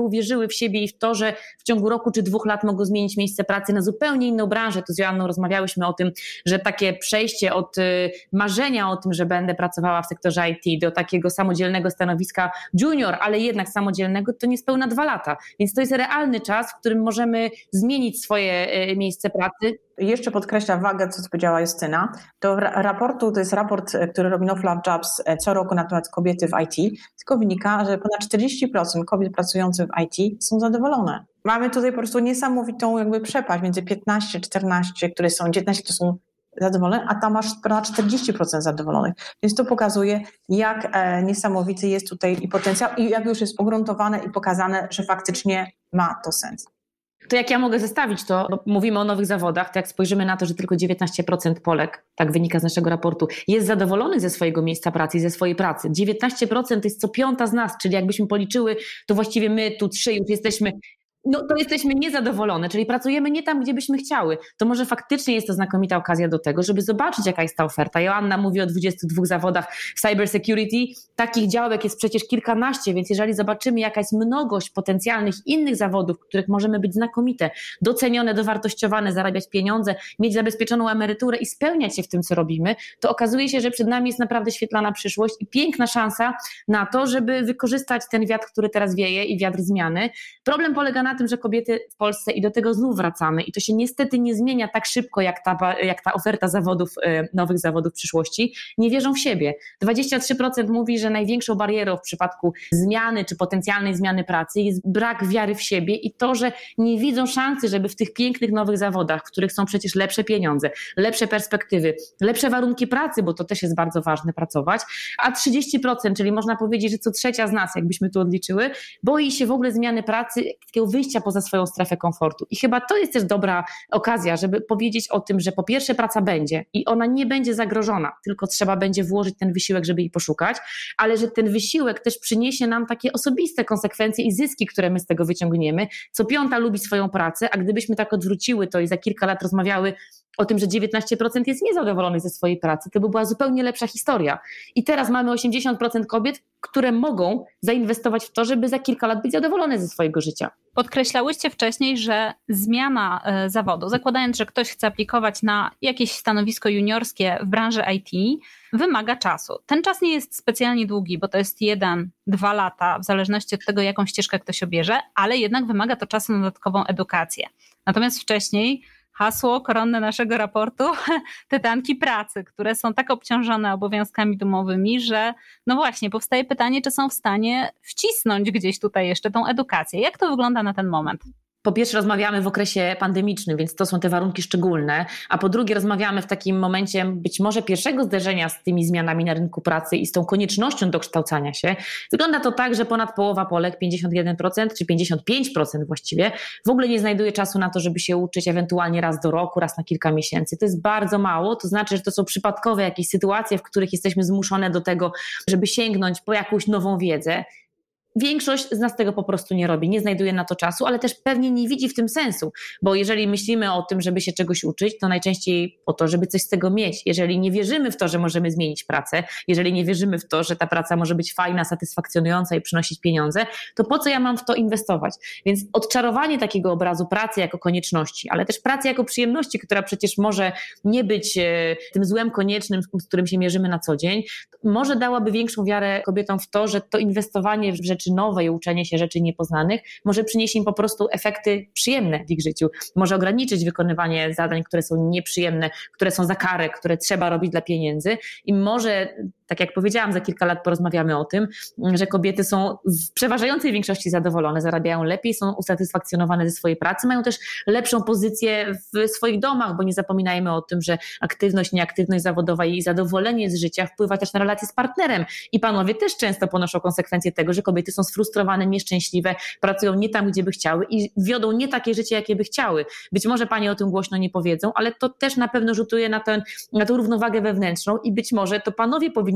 uwierzyły w siebie i w to, że w ciągu roku czy dwóch lat mogą zmienić miejsce pracy na zupełnie inną branżę. Tu z Joanną rozmawiałyśmy o tym, że takie przejście od marzenia o tym, że będę pracowała w sektorze I T do takiego samodzielnego stanowiska junior, ale jednak samodzielnego, to niespełna dwa lata. Więc to jest realny czas, w którym możemy zmienić swoje miejsce pracy. Jeszcze podkreśla wagę, co powiedziała Justyna. To raportu, to jest raport, który robi No Fluff Jobs co roku na temat kobiety w I T, tylko wynika, że ponad czterdzieści procent kobiet pracujących w I T są zadowolone. Mamy tutaj po prostu niesamowitą jakby przepaść między piętnaście, czternaście, które są, dziewiętnaście to są zadowolone, a tam masz ponad czterdzieści procent zadowolonych. Więc to pokazuje, jak e, niesamowity jest tutaj i potencjał i jak już jest ugruntowane i pokazane, że faktycznie ma to sens. To jak ja mogę zestawić to, bo mówimy o nowych zawodach, to jak spojrzymy na to, że tylko dziewiętnaście procent Polek, tak wynika z naszego raportu, jest zadowolonych ze swojego miejsca pracy i ze swojej pracy. dziewiętnaście procent to jest co piąta z nas, czyli jakbyśmy policzyły, to właściwie my tu trzy już jesteśmy, no to jesteśmy niezadowolone, czyli pracujemy nie tam, gdzie byśmy chciały. To może faktycznie jest to znakomita okazja do tego, żeby zobaczyć, jaka jest ta oferta. Joanna mówi o dwudziestu dwóch zawodach w cybersecurity. Takich działek jest przecież kilkanaście, więc jeżeli zobaczymy, jaka jest mnogość potencjalnych innych zawodów, w których możemy być znakomite, docenione, dowartościowane, zarabiać pieniądze, mieć zabezpieczoną emeryturę i spełniać się w tym, co robimy, to okazuje się, że przed nami jest naprawdę świetlana przyszłość i piękna szansa na to, żeby wykorzystać ten wiatr, który teraz wieje i wiatr zmiany. Problem polega na tym, że kobiety w Polsce, i do tego znów wracamy, i to się niestety nie zmienia tak szybko, jak ta, jak ta oferta zawodów, nowych zawodów przyszłości, nie wierzą w siebie. dwadzieścia trzy procent mówi, że największą barierą w przypadku zmiany czy potencjalnej zmiany pracy jest brak wiary w siebie i to, że nie widzą szansy, żeby w tych pięknych nowych zawodach, w których są przecież lepsze pieniądze, lepsze perspektywy, lepsze warunki pracy, bo to też jest bardzo ważne pracować, a trzydzieści procent, czyli można powiedzieć, że co trzecia z nas, jakbyśmy tu odliczyły, boi się w ogóle zmiany pracy, takiego wyjścia poza swoją strefę komfortu. I chyba to jest też dobra okazja, żeby powiedzieć o tym, że po pierwsze praca będzie i ona nie będzie zagrożona, tylko trzeba będzie włożyć ten wysiłek, żeby jej poszukać, ale że ten wysiłek też przyniesie nam takie osobiste konsekwencje i zyski, które my z tego wyciągniemy. Co piąta lubi swoją pracę, a gdybyśmy tak odwróciły to i za kilka lat rozmawiały o tym, że dziewiętnaście procent jest niezadowolonych ze swojej pracy, to by była zupełnie lepsza historia. I teraz mamy osiemdziesiąt procent kobiet, które mogą zainwestować w to, żeby za kilka lat być zadowolone ze swojego życia. Podkreślałyście wcześniej, że zmiana y, zawodu, zakładając, że ktoś chce aplikować na jakieś stanowisko juniorskie w branży I T, wymaga czasu. Ten czas nie jest specjalnie długi, bo to jest jeden, dwa lata, w zależności od tego, jaką ścieżkę ktoś obierze, ale jednak wymaga to czasu na dodatkową edukację. Natomiast wcześniej hasło koronne naszego raportu, tytanki pracy, które są tak obciążone obowiązkami domowymi, że no właśnie powstaje pytanie, czy są w stanie wcisnąć gdzieś tutaj jeszcze tą edukację. Jak to wygląda na ten moment? Po pierwsze rozmawiamy w okresie pandemicznym, więc to są te warunki szczególne, a po drugie rozmawiamy w takim momencie być może pierwszego zderzenia z tymi zmianami na rynku pracy i z tą koniecznością dokształcania się. Wygląda to tak, że ponad połowa Polek, pięćdziesiąt jeden procent czy pięćdziesiąt pięć procent właściwie, w ogóle nie znajduje czasu na to, żeby się uczyć ewentualnie raz do roku, raz na kilka miesięcy. To jest bardzo mało, to znaczy, że to są przypadkowe jakieś sytuacje, w których jesteśmy zmuszone do tego, żeby sięgnąć po jakąś nową wiedzę. Większość z nas tego po prostu nie robi, nie znajduje na to czasu, ale też pewnie nie widzi w tym sensu, bo jeżeli myślimy o tym, żeby się czegoś uczyć, to najczęściej po to, żeby coś z tego mieć. Jeżeli nie wierzymy w to, że możemy zmienić pracę, jeżeli nie wierzymy w to, że ta praca może być fajna, satysfakcjonująca i przynosić pieniądze, to po co ja mam w to inwestować? Więc odczarowanie takiego obrazu pracy jako konieczności, ale też pracy jako przyjemności, która przecież może nie być e, tym złem koniecznym, z którym się mierzymy na co dzień, może dałaby większą wiarę kobietom w to, że to inwestowanie w rzeczy nowe i uczenie się rzeczy niepoznanych może przynieść im po prostu efekty przyjemne w ich życiu. Może ograniczyć wykonywanie zadań, które są nieprzyjemne, które są za karę, które trzeba robić dla pieniędzy i może, tak jak powiedziałam, za kilka lat porozmawiamy o tym, że kobiety są w przeważającej większości zadowolone, zarabiają lepiej, są usatysfakcjonowane ze swojej pracy, mają też lepszą pozycję w swoich domach, bo nie zapominajmy o tym, że aktywność, nieaktywność zawodowa i zadowolenie z życia wpływa też na relacje z partnerem i panowie też często ponoszą konsekwencje tego, że kobiety są sfrustrowane, nieszczęśliwe, pracują nie tam, gdzie by chciały i wiodą nie takie życie, jakie by chciały. Być może panie o tym głośno nie powiedzą, ale to też na pewno rzutuje na, ten, na tą równowagę wewnętrzną i być może to panowie powinni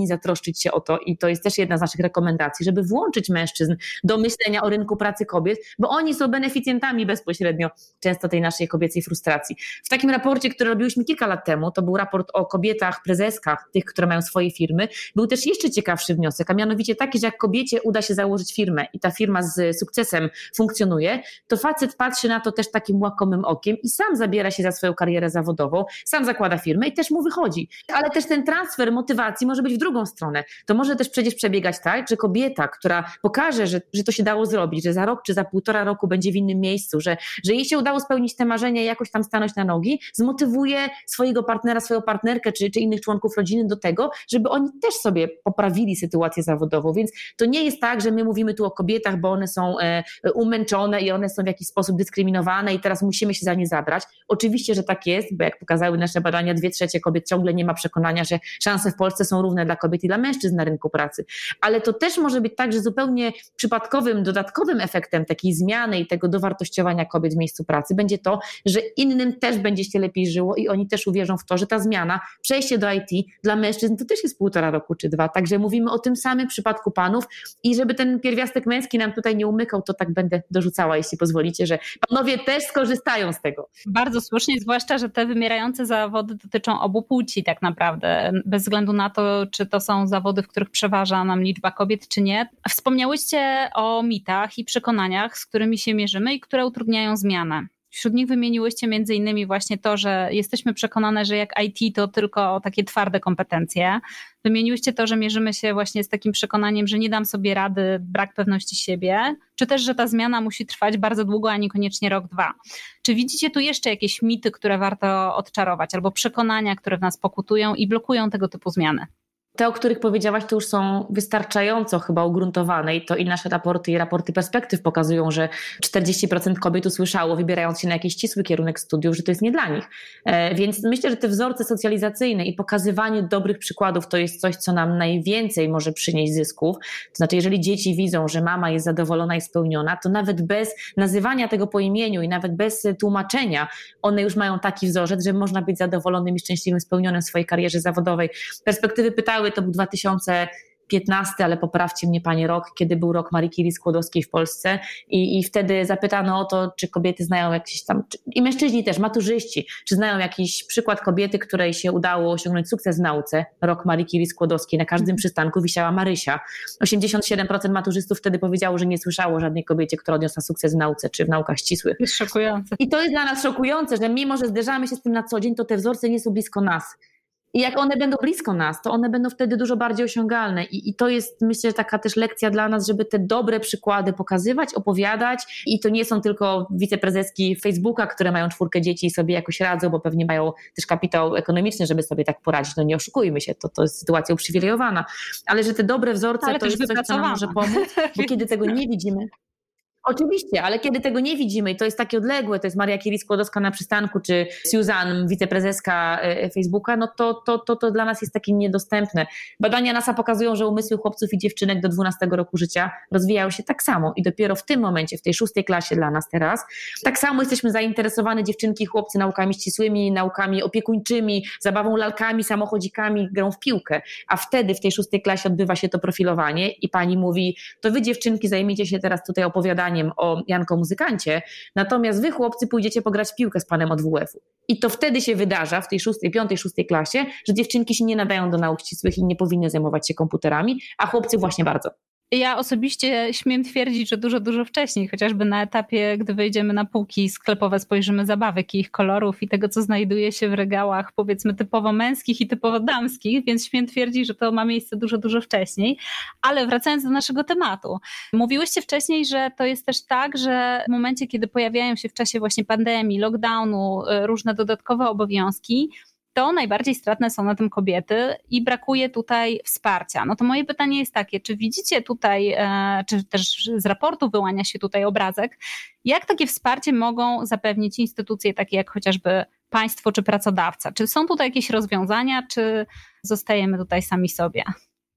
powinni zatroszczyć się o to i to jest też jedna z naszych rekomendacji, żeby włączyć mężczyzn do myślenia o rynku pracy kobiet, bo oni są beneficjentami bezpośrednio często tej naszej kobiecej frustracji. W takim raporcie, który robiłyśmy kilka lat temu, to był raport o kobietach, prezeskach, tych, które mają swoje firmy, był też jeszcze ciekawszy wniosek, a mianowicie taki, że jak kobiecie uda się założyć firmę i ta firma z sukcesem funkcjonuje, to facet patrzy na to też takim łakomym okiem i sam zabiera się za swoją karierę zawodową, sam zakłada firmę i też mu wychodzi. Ale też ten transfer motywacji może być w drugą stronę. To może też przecież przebiegać tak, że kobieta, która pokaże, że, że to się dało zrobić, że za rok czy za półtora roku będzie w innym miejscu, że, że jej się udało spełnić te marzenia i jakoś tam stanąć na nogi, zmotywuje swojego partnera, swoją partnerkę czy, czy innych członków rodziny do tego, żeby oni też sobie poprawili sytuację zawodową. Więc to nie jest tak, że my mówimy tu o kobietach, bo one są e, umęczone i one są w jakiś sposób dyskryminowane i teraz musimy się za nie zabrać. Oczywiście, że tak jest, bo jak pokazały nasze badania, dwie trzecie kobiet ciągle nie ma przekonania, że szanse w Polsce są równe dla kobiet i dla mężczyzn na rynku pracy. Ale to też może być tak, że zupełnie przypadkowym, dodatkowym efektem takiej zmiany i tego dowartościowania kobiet w miejscu pracy będzie to, że innym też będzie się lepiej żyło i oni też uwierzą w to, że ta zmiana, przejście do I T dla mężczyzn to też jest półtora roku czy dwa. Także mówimy o tym samym przypadku panów i żeby ten pierwiastek męski nam tutaj nie umykał, to tak będę dorzucała, jeśli pozwolicie, że panowie też skorzystają z tego. Bardzo słusznie, zwłaszcza, że te wymierające zawody dotyczą obu płci tak naprawdę, bez względu na to, czy to są zawody, w których przeważa nam liczba kobiet, czy nie. Wspomniałyście o mitach i przekonaniach, z którymi się mierzymy i które utrudniają zmianę. Wśród nich wymieniłyście między innymi właśnie to, że jesteśmy przekonane, że jak I T to tylko takie twarde kompetencje. Wymieniłyście to, że mierzymy się właśnie z takim przekonaniem, że nie dam sobie rady, brak pewności siebie, czy też, że ta zmiana musi trwać bardzo długo, a niekoniecznie rok, dwa. Czy widzicie tu jeszcze jakieś mity, które warto odczarować, albo przekonania, które w nas pokutują i blokują tego typu zmiany? Te, o których powiedziałaś, to już są wystarczająco chyba ugruntowane i to i nasze raporty i raporty perspektyw pokazują, że czterdzieści procent kobiet usłyszało, wybierając się na jakiś ścisły kierunek studiów, że to jest nie dla nich. E, więc myślę, że te wzorce socjalizacyjne i pokazywanie dobrych przykładów to jest coś, co nam najwięcej może przynieść zysków. To znaczy, jeżeli dzieci widzą, że mama jest zadowolona i spełniona, to nawet bez nazywania tego po imieniu i nawet bez tłumaczenia, one już mają taki wzorzec, że można być zadowolonym i szczęśliwym, spełnionym w swojej karierze zawodowej. Perspektywy pytały, to był dwa tysiące piętnasty, ale poprawcie mnie panie rok, kiedy był rok Marii Curie Skłodowskiej w Polsce i, i wtedy zapytano o to, czy kobiety znają jakieś tam, czy, i mężczyźni też, maturzyści, czy znają jakiś przykład kobiety, której się udało osiągnąć sukces w nauce. Rok Marii Curie Skłodowskiej, na każdym przystanku wisiała Marysia. osiemdziesiąt siedem procent maturzystów wtedy powiedziało, że nie słyszało o żadnej kobiecie, która odniosła sukces w nauce, czy w naukach ścisłych. Jest szokujące. I to jest dla nas szokujące, że mimo, że zderzamy się z tym na co dzień, to te wzorce nie są blisko nas. I jak one będą blisko nas, to one będą wtedy dużo bardziej osiągalne. I, i to jest, myślę, taka też lekcja dla nas, żeby te dobre przykłady pokazywać, opowiadać. I to nie są tylko wiceprezeski Facebooka, które mają czwórkę dzieci i sobie jakoś radzą, bo pewnie mają też kapitał ekonomiczny, żeby sobie tak poradzić. No nie oszukujmy się, to, to jest sytuacja uprzywilejowana. Ale że te dobre wzorce ale to jest coś, co nam może pomóc, bo kiedy tego nie widzimy... Oczywiście, ale kiedy tego nie widzimy i to jest takie odległe, to jest Maria Curie Skłodowska na przystanku, czy Susan, wiceprezeska Facebooka, no to, to, to, to dla nas jest takie niedostępne. Badania NASA pokazują, że umysły chłopców i dziewczynek do dwunastego roku życia rozwijają się tak samo i dopiero w tym momencie, w tej szóstej klasie dla nas teraz, tak samo jesteśmy zainteresowane, dziewczynki i chłopcy, naukami ścisłymi, naukami opiekuńczymi, zabawą lalkami, samochodzikami, grą w piłkę, a wtedy w tej szóstej klasie odbywa się to profilowanie i pani mówi, to wy dziewczynki zajmijcie się teraz tutaj opowiadaniem o Janko Muzykancie, natomiast wy chłopcy pójdziecie pograć w piłkę z panem od W F u. I to wtedy się wydarza w tej szóstej, piątej, szóstej klasie, że dziewczynki się nie nadają do nauk ścisłych i nie powinny zajmować się komputerami, a chłopcy właśnie bardzo. Ja osobiście śmiem twierdzić, że dużo, dużo wcześniej, chociażby na etapie, gdy wejdziemy na półki sklepowe, spojrzymy zabawek i ich kolorów i tego, co znajduje się w regałach, powiedzmy typowo męskich i typowo damskich, więc śmiem twierdzić, że to ma miejsce dużo, dużo wcześniej. Ale wracając do naszego tematu, mówiłyście wcześniej, że to jest też tak, że w momencie, kiedy pojawiają się w czasie właśnie pandemii, lockdownu różne dodatkowe obowiązki, to najbardziej stratne są na tym kobiety i brakuje tutaj wsparcia. No to moje pytanie jest takie, czy widzicie tutaj, czy też z raportu wyłania się tutaj obrazek, jak takie wsparcie mogą zapewnić instytucje takie jak chociażby państwo czy pracodawca? Czy są tutaj jakieś rozwiązania, czy zostajemy tutaj sami sobie?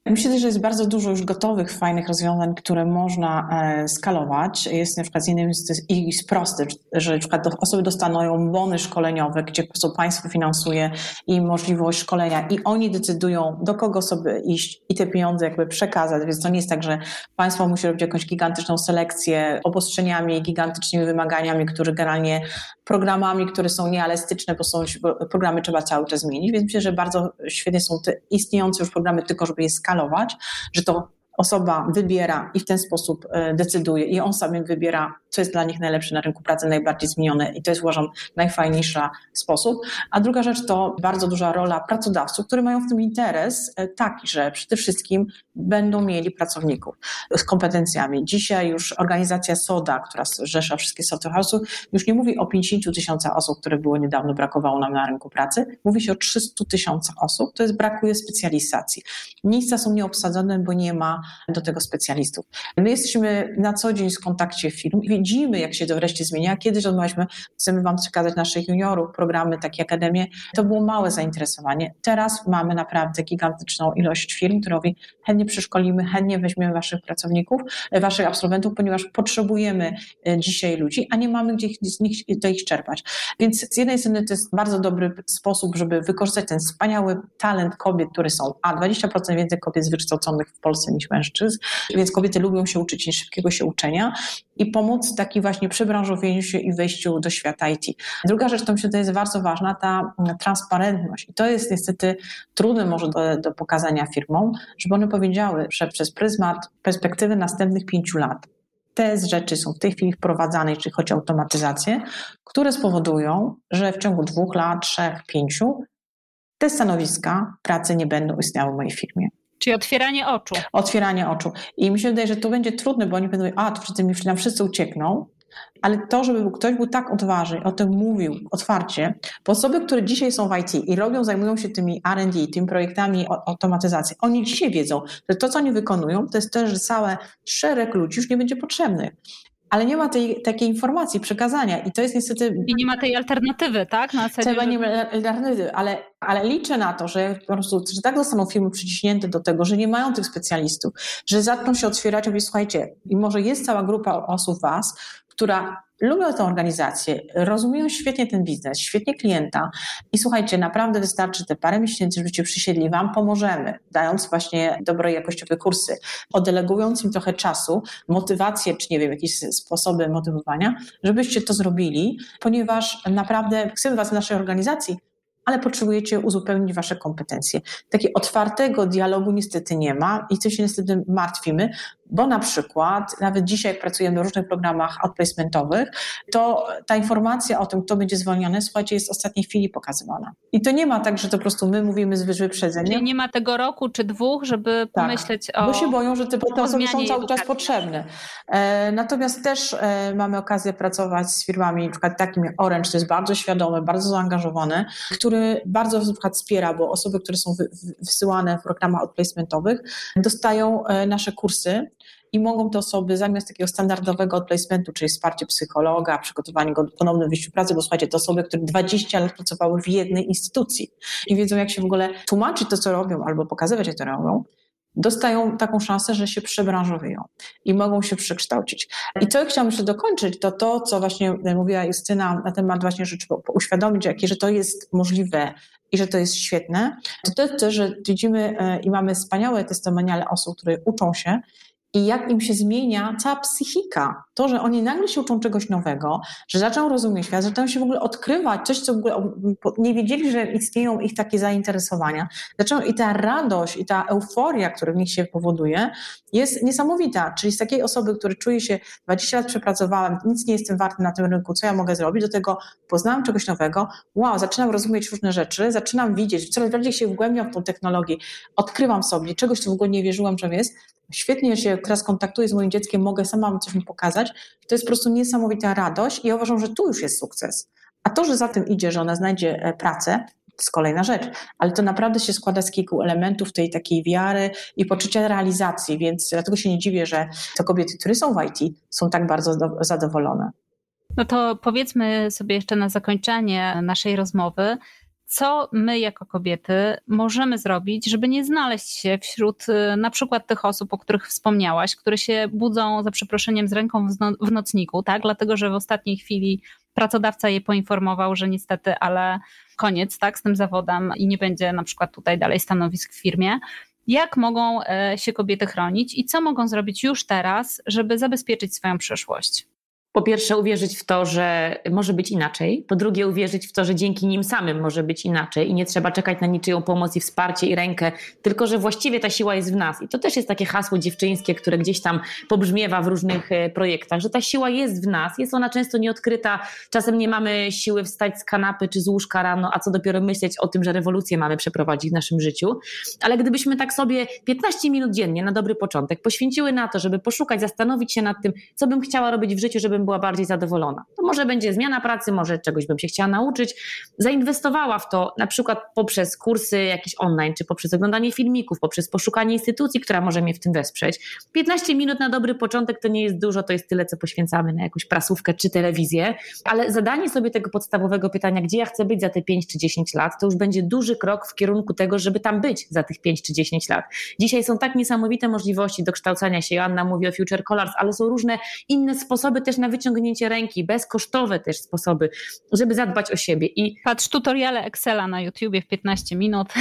Myślę, że jest bardzo dużo już gotowych, fajnych rozwiązań, które można e, skalować. Jest na przykład z innymi i jest prosty, że na przykład osoby dostaną bony szkoleniowe, gdzie po prostu państwo finansuje im możliwość szkolenia i oni decydują, do kogo sobie iść i te pieniądze jakby przekazać. Więc to nie jest tak, że państwo musi robić jakąś gigantyczną selekcję obostrzeniami, gigantycznymi wymaganiami, które generalnie programami, które są nieelastyczne, bo są programy trzeba cały czas zmienić. Więc myślę, że bardzo świetnie są te istniejące już programy, tylko żeby je skalować, że to osoba wybiera i w ten sposób decyduje i on sam wybiera, co jest dla nich najlepsze na rynku pracy, najbardziej zmienione i to jest, uważam, najfajniejszy sposób. A druga rzecz to bardzo duża rola pracodawców, którzy mają w tym interes taki, że przede wszystkim będą mieli pracowników z kompetencjami. Dzisiaj już organizacja SODA, która zrzesza wszystkie software house'ów, już nie mówi o pięćdziesięciu tysiącach osób, które było niedawno, brakowało nam na rynku pracy. Mówi się o trzystu tysiącach osób, to jest brakuje specjalizacji. Miejsca są nieobsadzone, bo nie ma do tego specjalistów. My jesteśmy na co dzień w kontakcie firm i widzimy, jak się to wreszcie zmienia. Kiedyś rozmawialiśmy, chcemy wam przekazać naszych juniorów, programy, takie akademie. To było małe zainteresowanie. Teraz mamy naprawdę gigantyczną ilość firm, które mówi, chętnie przeszkolimy, chętnie weźmiemy waszych pracowników, waszych absolwentów, ponieważ potrzebujemy dzisiaj ludzi, a nie mamy gdzie z nich, do ich czerpać. Więc z jednej strony to jest bardzo dobry sposób, żeby wykorzystać ten wspaniały talent kobiet, które są, a dwadzieścia procent więcej kobiet jest wykształconych w Polsce niż mężczyzn, więc kobiety lubią się uczyć niż szybkiego się uczenia i pomóc w takim właśnie przebranżowieniu się i wejściu do świata I T. Druga rzecz, to myślę, że jest bardzo ważna, ta transparentność. I to jest niestety trudne może do, do pokazania firmom, żeby one powiedziały, że przez pryzmat perspektywy następnych pięciu lat te rzeczy są w tej chwili wprowadzane, jeśli chodzi o automatyzację, które spowodują, że w ciągu dwóch lat, trzech, pięciu te stanowiska pracy nie będą istniały w mojej firmie. Czyli otwieranie oczu. Otwieranie oczu. I mi się wydaje, że to będzie trudne, bo oni będą mówić, a to przecież mi nam wszyscy uciekną, ale to, żeby ktoś był tak odważny, o tym mówił otwarcie, bo osoby, które dzisiaj są w I T i robią, zajmują się tymi R and D, tymi projektami automatyzacji, oni dzisiaj wiedzą, że to, co oni wykonują, to jest też, że cały szereg ludzi już nie będzie potrzebnych. Ale nie ma tej takiej informacji, przekazania i to jest niestety... I nie ma tej alternatywy, tak? Na zasadzie, Trzeba nie ma alternatywy, ale, ale liczę na to, że po prostu, że tak zostaną firmy przyciśnięte do tego, że nie mają tych specjalistów, że zaczną się otwierać, mówię, słuchajcie, i może jest cała grupa osób was, która lubią tę organizację, rozumieją świetnie ten biznes, świetnie klienta i słuchajcie, naprawdę wystarczy te parę miesięcy, żebyście przysiedli, wam pomożemy, dając właśnie dobre jakościowe kursy, oddelegując im trochę czasu, motywację, czy nie wiem, jakieś sposoby motywowania, żebyście to zrobili, ponieważ naprawdę chcemy was w naszej organizacji, ale potrzebujecie uzupełnić wasze kompetencje. Takiego otwartego dialogu niestety nie ma i co się niestety martwimy, bo na przykład nawet dzisiaj, jak pracujemy w różnych programach outplacementowych, to ta informacja o tym, kto będzie zwolniony, słuchajcie, jest w ostatniej chwili pokazywana. I to nie ma tak, że to po prostu my mówimy z wyprzedzeniem. Czyli nie ma tego roku czy dwóch, żeby tak, pomyśleć o... Bo się boją, że te, te osoby są cały czas potrzebne. E, natomiast też e, mamy okazję pracować z firmami, na przykład takim jak Orange, to jest bardzo świadome, bardzo zaangażowane, który bardzo na przykład wspiera, bo osoby, które są wy, wysyłane w programach outplacementowych, dostają e, nasze kursy, i mogą te osoby zamiast takiego standardowego outplacementu, czyli wsparcie psychologa, przygotowanie go do ponownego wyjściu pracy, bo słuchajcie, to osoby, które dwadzieścia lat pracowały w jednej instytucji i wiedzą, jak się w ogóle tłumaczyć to, co robią, albo pokazywać, jak to robią, dostają taką szansę, że się przebranżowują i mogą się przekształcić. I co chciałam jeszcze dokończyć, to to, co właśnie mówiła Justyna na temat właśnie, że trzeba uświadomić, jakie, że to jest możliwe i że to jest świetne, to to jest też, że widzimy i mamy wspaniałe testimoniale osób, które uczą się i jak im się zmienia cała psychika. To, że oni nagle się uczą czegoś nowego, że zaczną rozumieć świat, zaczną się w ogóle odkrywać coś, co w ogóle nie wiedzieli, że istnieją ich takie zainteresowania. Zaczną i ta radość, i ta euforia, która w nich się powoduje, jest niesamowita. Czyli z takiej osoby, która czuje się, dwadzieścia lat przepracowałem, nic nie jestem warty na tym rynku, co ja mogę zrobić, do tego poznałem czegoś nowego, wow, zaczynam rozumieć różne rzeczy, zaczynam widzieć, coraz bardziej się wgłębiam w tą technologię, odkrywam sobie czegoś, co w ogóle nie wierzyłam, że jest. Świetnie się teraz kontaktuję z moim dzieckiem, mogę sama wam coś mi pokazać. To jest po prostu niesamowita radość i ja uważam, że tu już jest sukces. A to, że za tym idzie, że ona znajdzie pracę, to jest kolejna rzecz, ale to naprawdę się składa z kilku elementów tej takiej wiary i poczucia realizacji, więc dlatego się nie dziwię, że te kobiety, które są w I T, są tak bardzo zadowolone. No to powiedzmy sobie jeszcze na zakończenie naszej rozmowy, Co my jako kobiety możemy zrobić, żeby nie znaleźć się wśród na przykład tych osób, o których wspomniałaś, które się budzą za przeproszeniem z ręką w, no, w nocniku, tak? Dlatego, że w ostatniej chwili pracodawca je poinformował, że niestety, ale koniec, tak, z tym zawodem i nie będzie na przykład tutaj dalej stanowisk w firmie. Jak mogą się kobiety chronić i co mogą zrobić już teraz, żeby zabezpieczyć swoją przyszłość? Po pierwsze uwierzyć w to, że może być inaczej. Po drugie uwierzyć w to, że dzięki nim samym może być inaczej i nie trzeba czekać na niczyją pomoc i wsparcie i rękę, tylko że właściwie ta siła jest w nas. I to też jest takie hasło dziewczyńskie, które gdzieś tam pobrzmiewa w różnych projektach, że ta siła jest w nas, jest ona często nieodkryta. Czasem nie mamy siły wstać z kanapy czy z łóżka rano, a co dopiero myśleć o tym, że rewolucję mamy przeprowadzić w naszym życiu. Ale gdybyśmy tak sobie piętnaście minut dziennie na dobry początek poświęciły na to, żeby poszukać, zastanowić się nad tym, co bym chciała robić w życiu, żebym była bardziej zadowolona. To może będzie zmiana pracy, może czegoś bym się chciała nauczyć. Zainwestowała w to na przykład poprzez kursy jakieś online, czy poprzez oglądanie filmików, poprzez poszukanie instytucji, która może mnie w tym wesprzeć. piętnaście minut na dobry początek to nie jest dużo, to jest tyle, co poświęcamy na jakąś prasówkę czy telewizję, ale zadanie sobie tego podstawowego pytania, gdzie ja chcę być za te pięć czy dziesięć lat, to już będzie duży krok w kierunku tego, żeby tam być za tych pięć czy dziesięć lat. Dzisiaj są tak niesamowite możliwości do kształcenia się. Joanna mówi o Future Colors, ale są różne inne sposoby też na wyciągnięcie ręki, bezkosztowe też sposoby, żeby zadbać o siebie. I patrz, tutoriale Excela na YouTubie w piętnaście minut.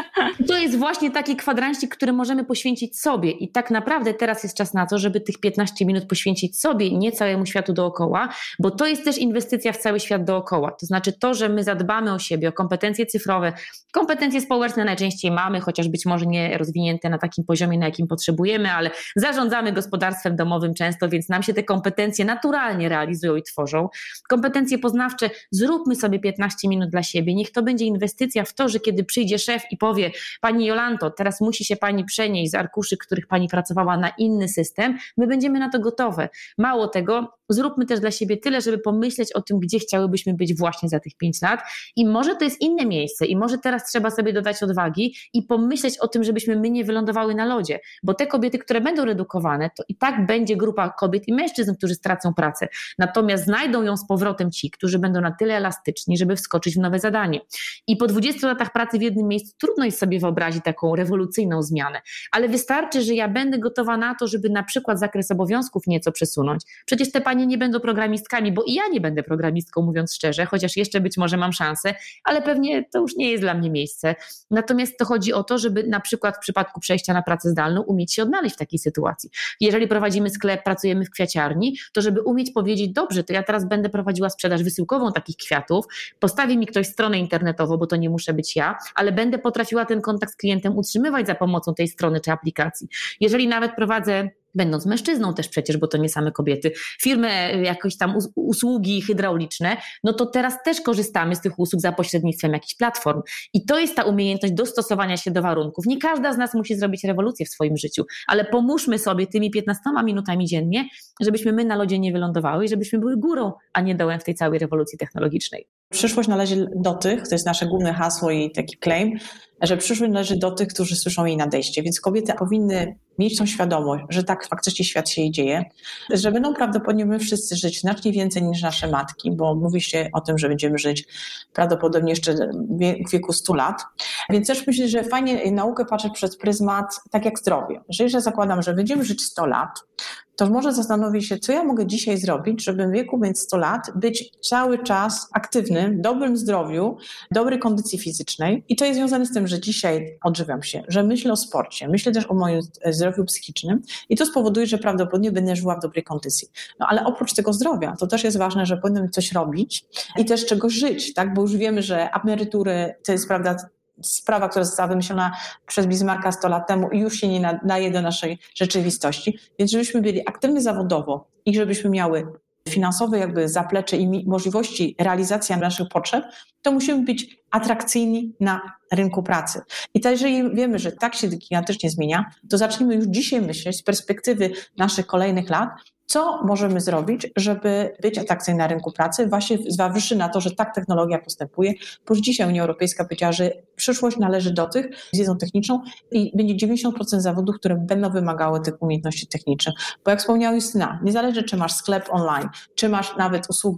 To jest właśnie taki kwadransik, który możemy poświęcić sobie i tak naprawdę teraz jest czas na to, żeby tych piętnaście minut poświęcić sobie, nie całemu światu dookoła, bo to jest też inwestycja w cały świat dookoła. To znaczy to, że my zadbamy o siebie, o kompetencje cyfrowe, kompetencje społeczne najczęściej mamy, chociaż być może nie rozwinięte na takim poziomie, na jakim potrzebujemy, ale zarządzamy gospodarstwem domowym często, więc nam się te kompetencje naturalnie realizują i tworzą. Kompetencje poznawcze, zróbmy sobie piętnaście minut dla siebie. Niech to będzie inwestycja w to, że kiedy przyjdzie szef i powie: pani Jolanto, teraz musi się pani przenieść z arkuszy, których pani pracowała, na inny system, my będziemy na to gotowe. Mało tego, zróbmy też dla siebie tyle, żeby pomyśleć o tym, gdzie chciałybyśmy być właśnie za tych pięć lat i może to jest inne miejsce i może teraz trzeba sobie dodać odwagi i pomyśleć o tym, żebyśmy my nie wylądowały na lodzie, bo te kobiety, które będą redukowane, to i tak będzie grupa kobiet i mężczyzn, którzy stracą pracę. Natomiast znajdą ją z powrotem ci, którzy będą na tyle elastyczni, żeby wskoczyć w nowe zadanie. I po dwudziestu latach pracy w jednym miejscu trudno jest sobie wyobrazić taką rewolucyjną zmianę, ale wystarczy, że ja będę gotowa na to, żeby na przykład zakres obowiązków nieco przesunąć. Przecież te panie nie będą programistkami, bo i ja nie będę programistką, mówiąc szczerze, chociaż jeszcze być może mam szansę, ale pewnie to już nie jest dla mnie miejsce. Natomiast to chodzi o to, żeby na przykład w przypadku przejścia na pracę zdalną umieć się odnaleźć w takiej sytuacji. Jeżeli prowadzimy sklep, pracujemy w kwiaciarni, to żeby umieć powiedzieć: dobrze, to ja teraz będę prowadziła sprzedaż wysyłkową takich kwiatów, postawi mi ktoś stronę internetową, bo to nie muszę być ja, ale będę potrafiła ten kontakt z klientem utrzymywać za pomocą tej strony czy aplikacji. Jeżeli nawet prowadzę, będąc mężczyzną też przecież, bo to nie same kobiety, firmę, jakoś tam usługi hydrauliczne, no to teraz też korzystamy z tych usług za pośrednictwem jakichś platform. I to jest ta umiejętność dostosowania się do warunków. Nie każda z nas musi zrobić rewolucję w swoim życiu, ale pomóżmy sobie tymi piętnastoma minutami dziennie, żebyśmy my na lodzie nie wylądowały i żebyśmy były górą, a nie dołem w tej całej rewolucji technologicznej. Przyszłość należy do tych, to jest nasze główne hasło i taki claim, że przyszłość należy do tych, którzy słyszą jej nadejście. Więc kobiety powinny mieć tą świadomość, że tak faktycznie świat się dzieje, że będą prawdopodobnie my wszyscy żyć znacznie więcej niż nasze matki, bo mówi się o tym, że będziemy żyć prawdopodobnie jeszcze w wieku stu lat. Więc też myślę, że fajnie naukę patrzeć przez pryzmat, tak jak zdrowie. Że jeżeli zakładam, że będziemy żyć sto lat, to może zastanowić się, co ja mogę dzisiaj zrobić, żeby w wieku mieć sto lat być cały czas aktywnym, w dobrym zdrowiu, dobrej kondycji fizycznej. I to jest związane z tym, że dzisiaj odżywiam się, że myślę o sporcie, myślę też o moim zdrowiu psychicznym i to spowoduje, że prawdopodobnie będę żyła w dobrej kondycji. No ale oprócz tego zdrowia, to też jest ważne, że powinnam coś robić i też czegoś żyć, tak? Bo już wiemy, że emerytury to jest, prawda, sprawa, która została wymyślona przez Bismarcka sto lat temu i już się nie nadaje do naszej rzeczywistości. Więc żebyśmy byli aktywni zawodowo i żebyśmy miały finansowe jakby zaplecze i możliwości realizacji naszych potrzeb, to musimy być atrakcyjni na rynku pracy. I to jeżeli wiemy, że tak się gigantycznie zmienia, to zacznijmy już dzisiaj myśleć z perspektywy naszych kolejnych lat, co możemy zrobić, żeby być atrakcyjni na rynku pracy, właśnie zważywszy na to, że tak technologia postępuje, bo już dzisiaj Unia Europejska powiedziała, że przyszłość należy do tych z wiedzą techniczną i będzie dziewięćdziesiąt procent zawodów, które będą wymagały tych umiejętności technicznych. Bo jak wspomniała Justyna, niezależnie czy masz sklep online, czy masz nawet usługi,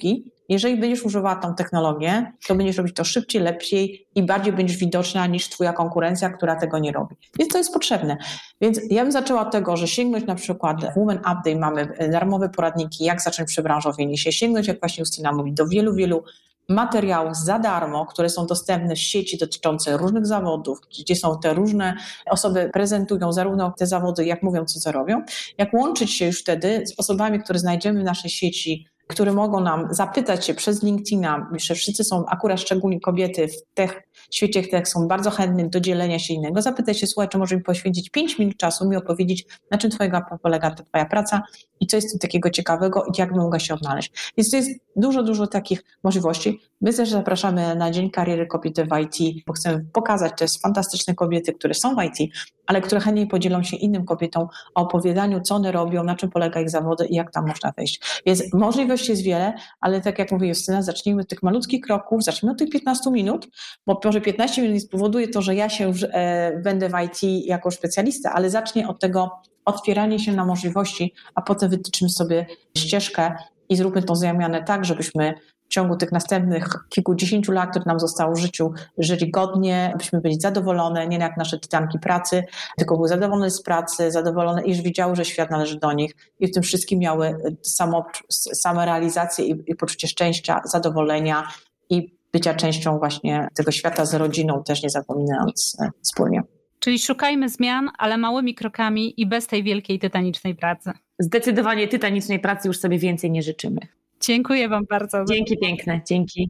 Jeżeli będziesz używała tą technologię, to będziesz robić to szybciej, lepiej i bardziej będziesz widoczna niż twoja konkurencja, która tego nie robi. Więc to jest potrzebne. Więc ja bym zaczęła od tego, że sięgnąć na przykład w Women Update mamy darmowe poradniki, jak zacząć przebranżowienie się, sięgnąć, jak właśnie Justyna mówi, do wielu, wielu materiałów za darmo, które są dostępne w sieci dotyczące różnych zawodów, gdzie są te różne osoby, prezentują zarówno te zawody, jak mówią, co co robią. Jak łączyć się już wtedy z osobami, które znajdziemy w naszej sieci, które mogą nam zapytać się przez LinkedIna, że wszyscy są, akurat szczególnie kobiety w tech, świecie tech są bardzo chętne do dzielenia się innego, zapytać się, słuchaj, czy może mi poświęcić pięć minut czasu, mi opowiedzieć, na czym twojego polega ta twoja praca i co jest tu takiego ciekawego i jak bym mogła się odnaleźć. Więc to jest dużo, dużo takich możliwości. My też zapraszamy na Dzień Kariery Kobiety w I T, bo chcemy pokazać te fantastyczne kobiety, które są w I T, ale które chętnie podzielą się innym kobietom o opowiadaniu, co one robią, na czym polega ich zawody i jak tam można wejść. Więc możliwości jest wiele, ale tak jak mówi Justyna, zacznijmy od tych malutkich kroków, zacznijmy od tych piętnastu minut, bo może piętnaście minut nie spowoduje to, że ja się już e, będę w I T jako specjalista, ale zacznie od tego otwierania się na możliwości, a potem wytyczymy sobie ścieżkę i zróbmy tą zamianę tak, żebyśmy w ciągu tych następnych kilkudziesięciu lat, które nam zostało w życiu, żyli godnie, byśmy byli zadowolone, nie jak nasze tytanki pracy, tylko były zadowolone z pracy, zadowolone i już widziały, że świat należy do nich i w tym wszystkim miały samo, samorealizację i, i poczucie szczęścia, zadowolenia i bycia częścią właśnie tego świata z rodziną, też nie zapominając wspólnie. Czyli szukajmy zmian, ale małymi krokami i bez tej wielkiej tytanicznej pracy. Zdecydowanie tytanicznej pracy już sobie więcej nie życzymy. Dziękuję wam bardzo. Dzięki piękne, dzięki.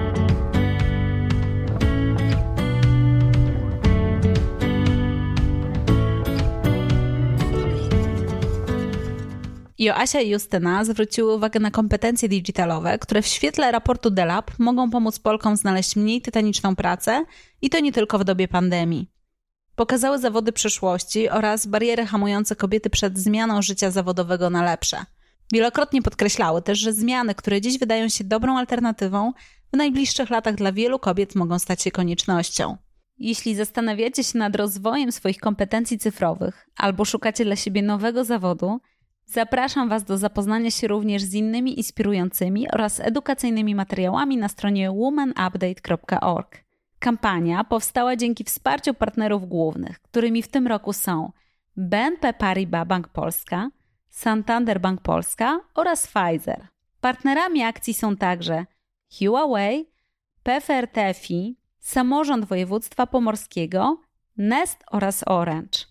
Joasia i Justyna zwróciły uwagę na kompetencje digitalowe, które w świetle raportu The Lab mogą pomóc Polkom znaleźć mniej tytaniczną pracę i to nie tylko w dobie pandemii. Pokazały zawody przyszłości oraz bariery hamujące kobiety przed zmianą życia zawodowego na lepsze. Wielokrotnie podkreślały też, że zmiany, które dziś wydają się dobrą alternatywą, w najbliższych latach dla wielu kobiet mogą stać się koniecznością. Jeśli zastanawiacie się nad rozwojem swoich kompetencji cyfrowych albo szukacie dla siebie nowego zawodu, zapraszam Was do zapoznania się również z innymi inspirującymi oraz edukacyjnymi materiałami na stronie woman update kropka org. Kampania powstała dzięki wsparciu partnerów głównych, którymi w tym roku są B N P Paribas Bank Polska, Santander Bank Polska oraz Pfizer. Partnerami akcji są także Huawei, P F R T F I, Samorząd Województwa Pomorskiego, Nest oraz Orange.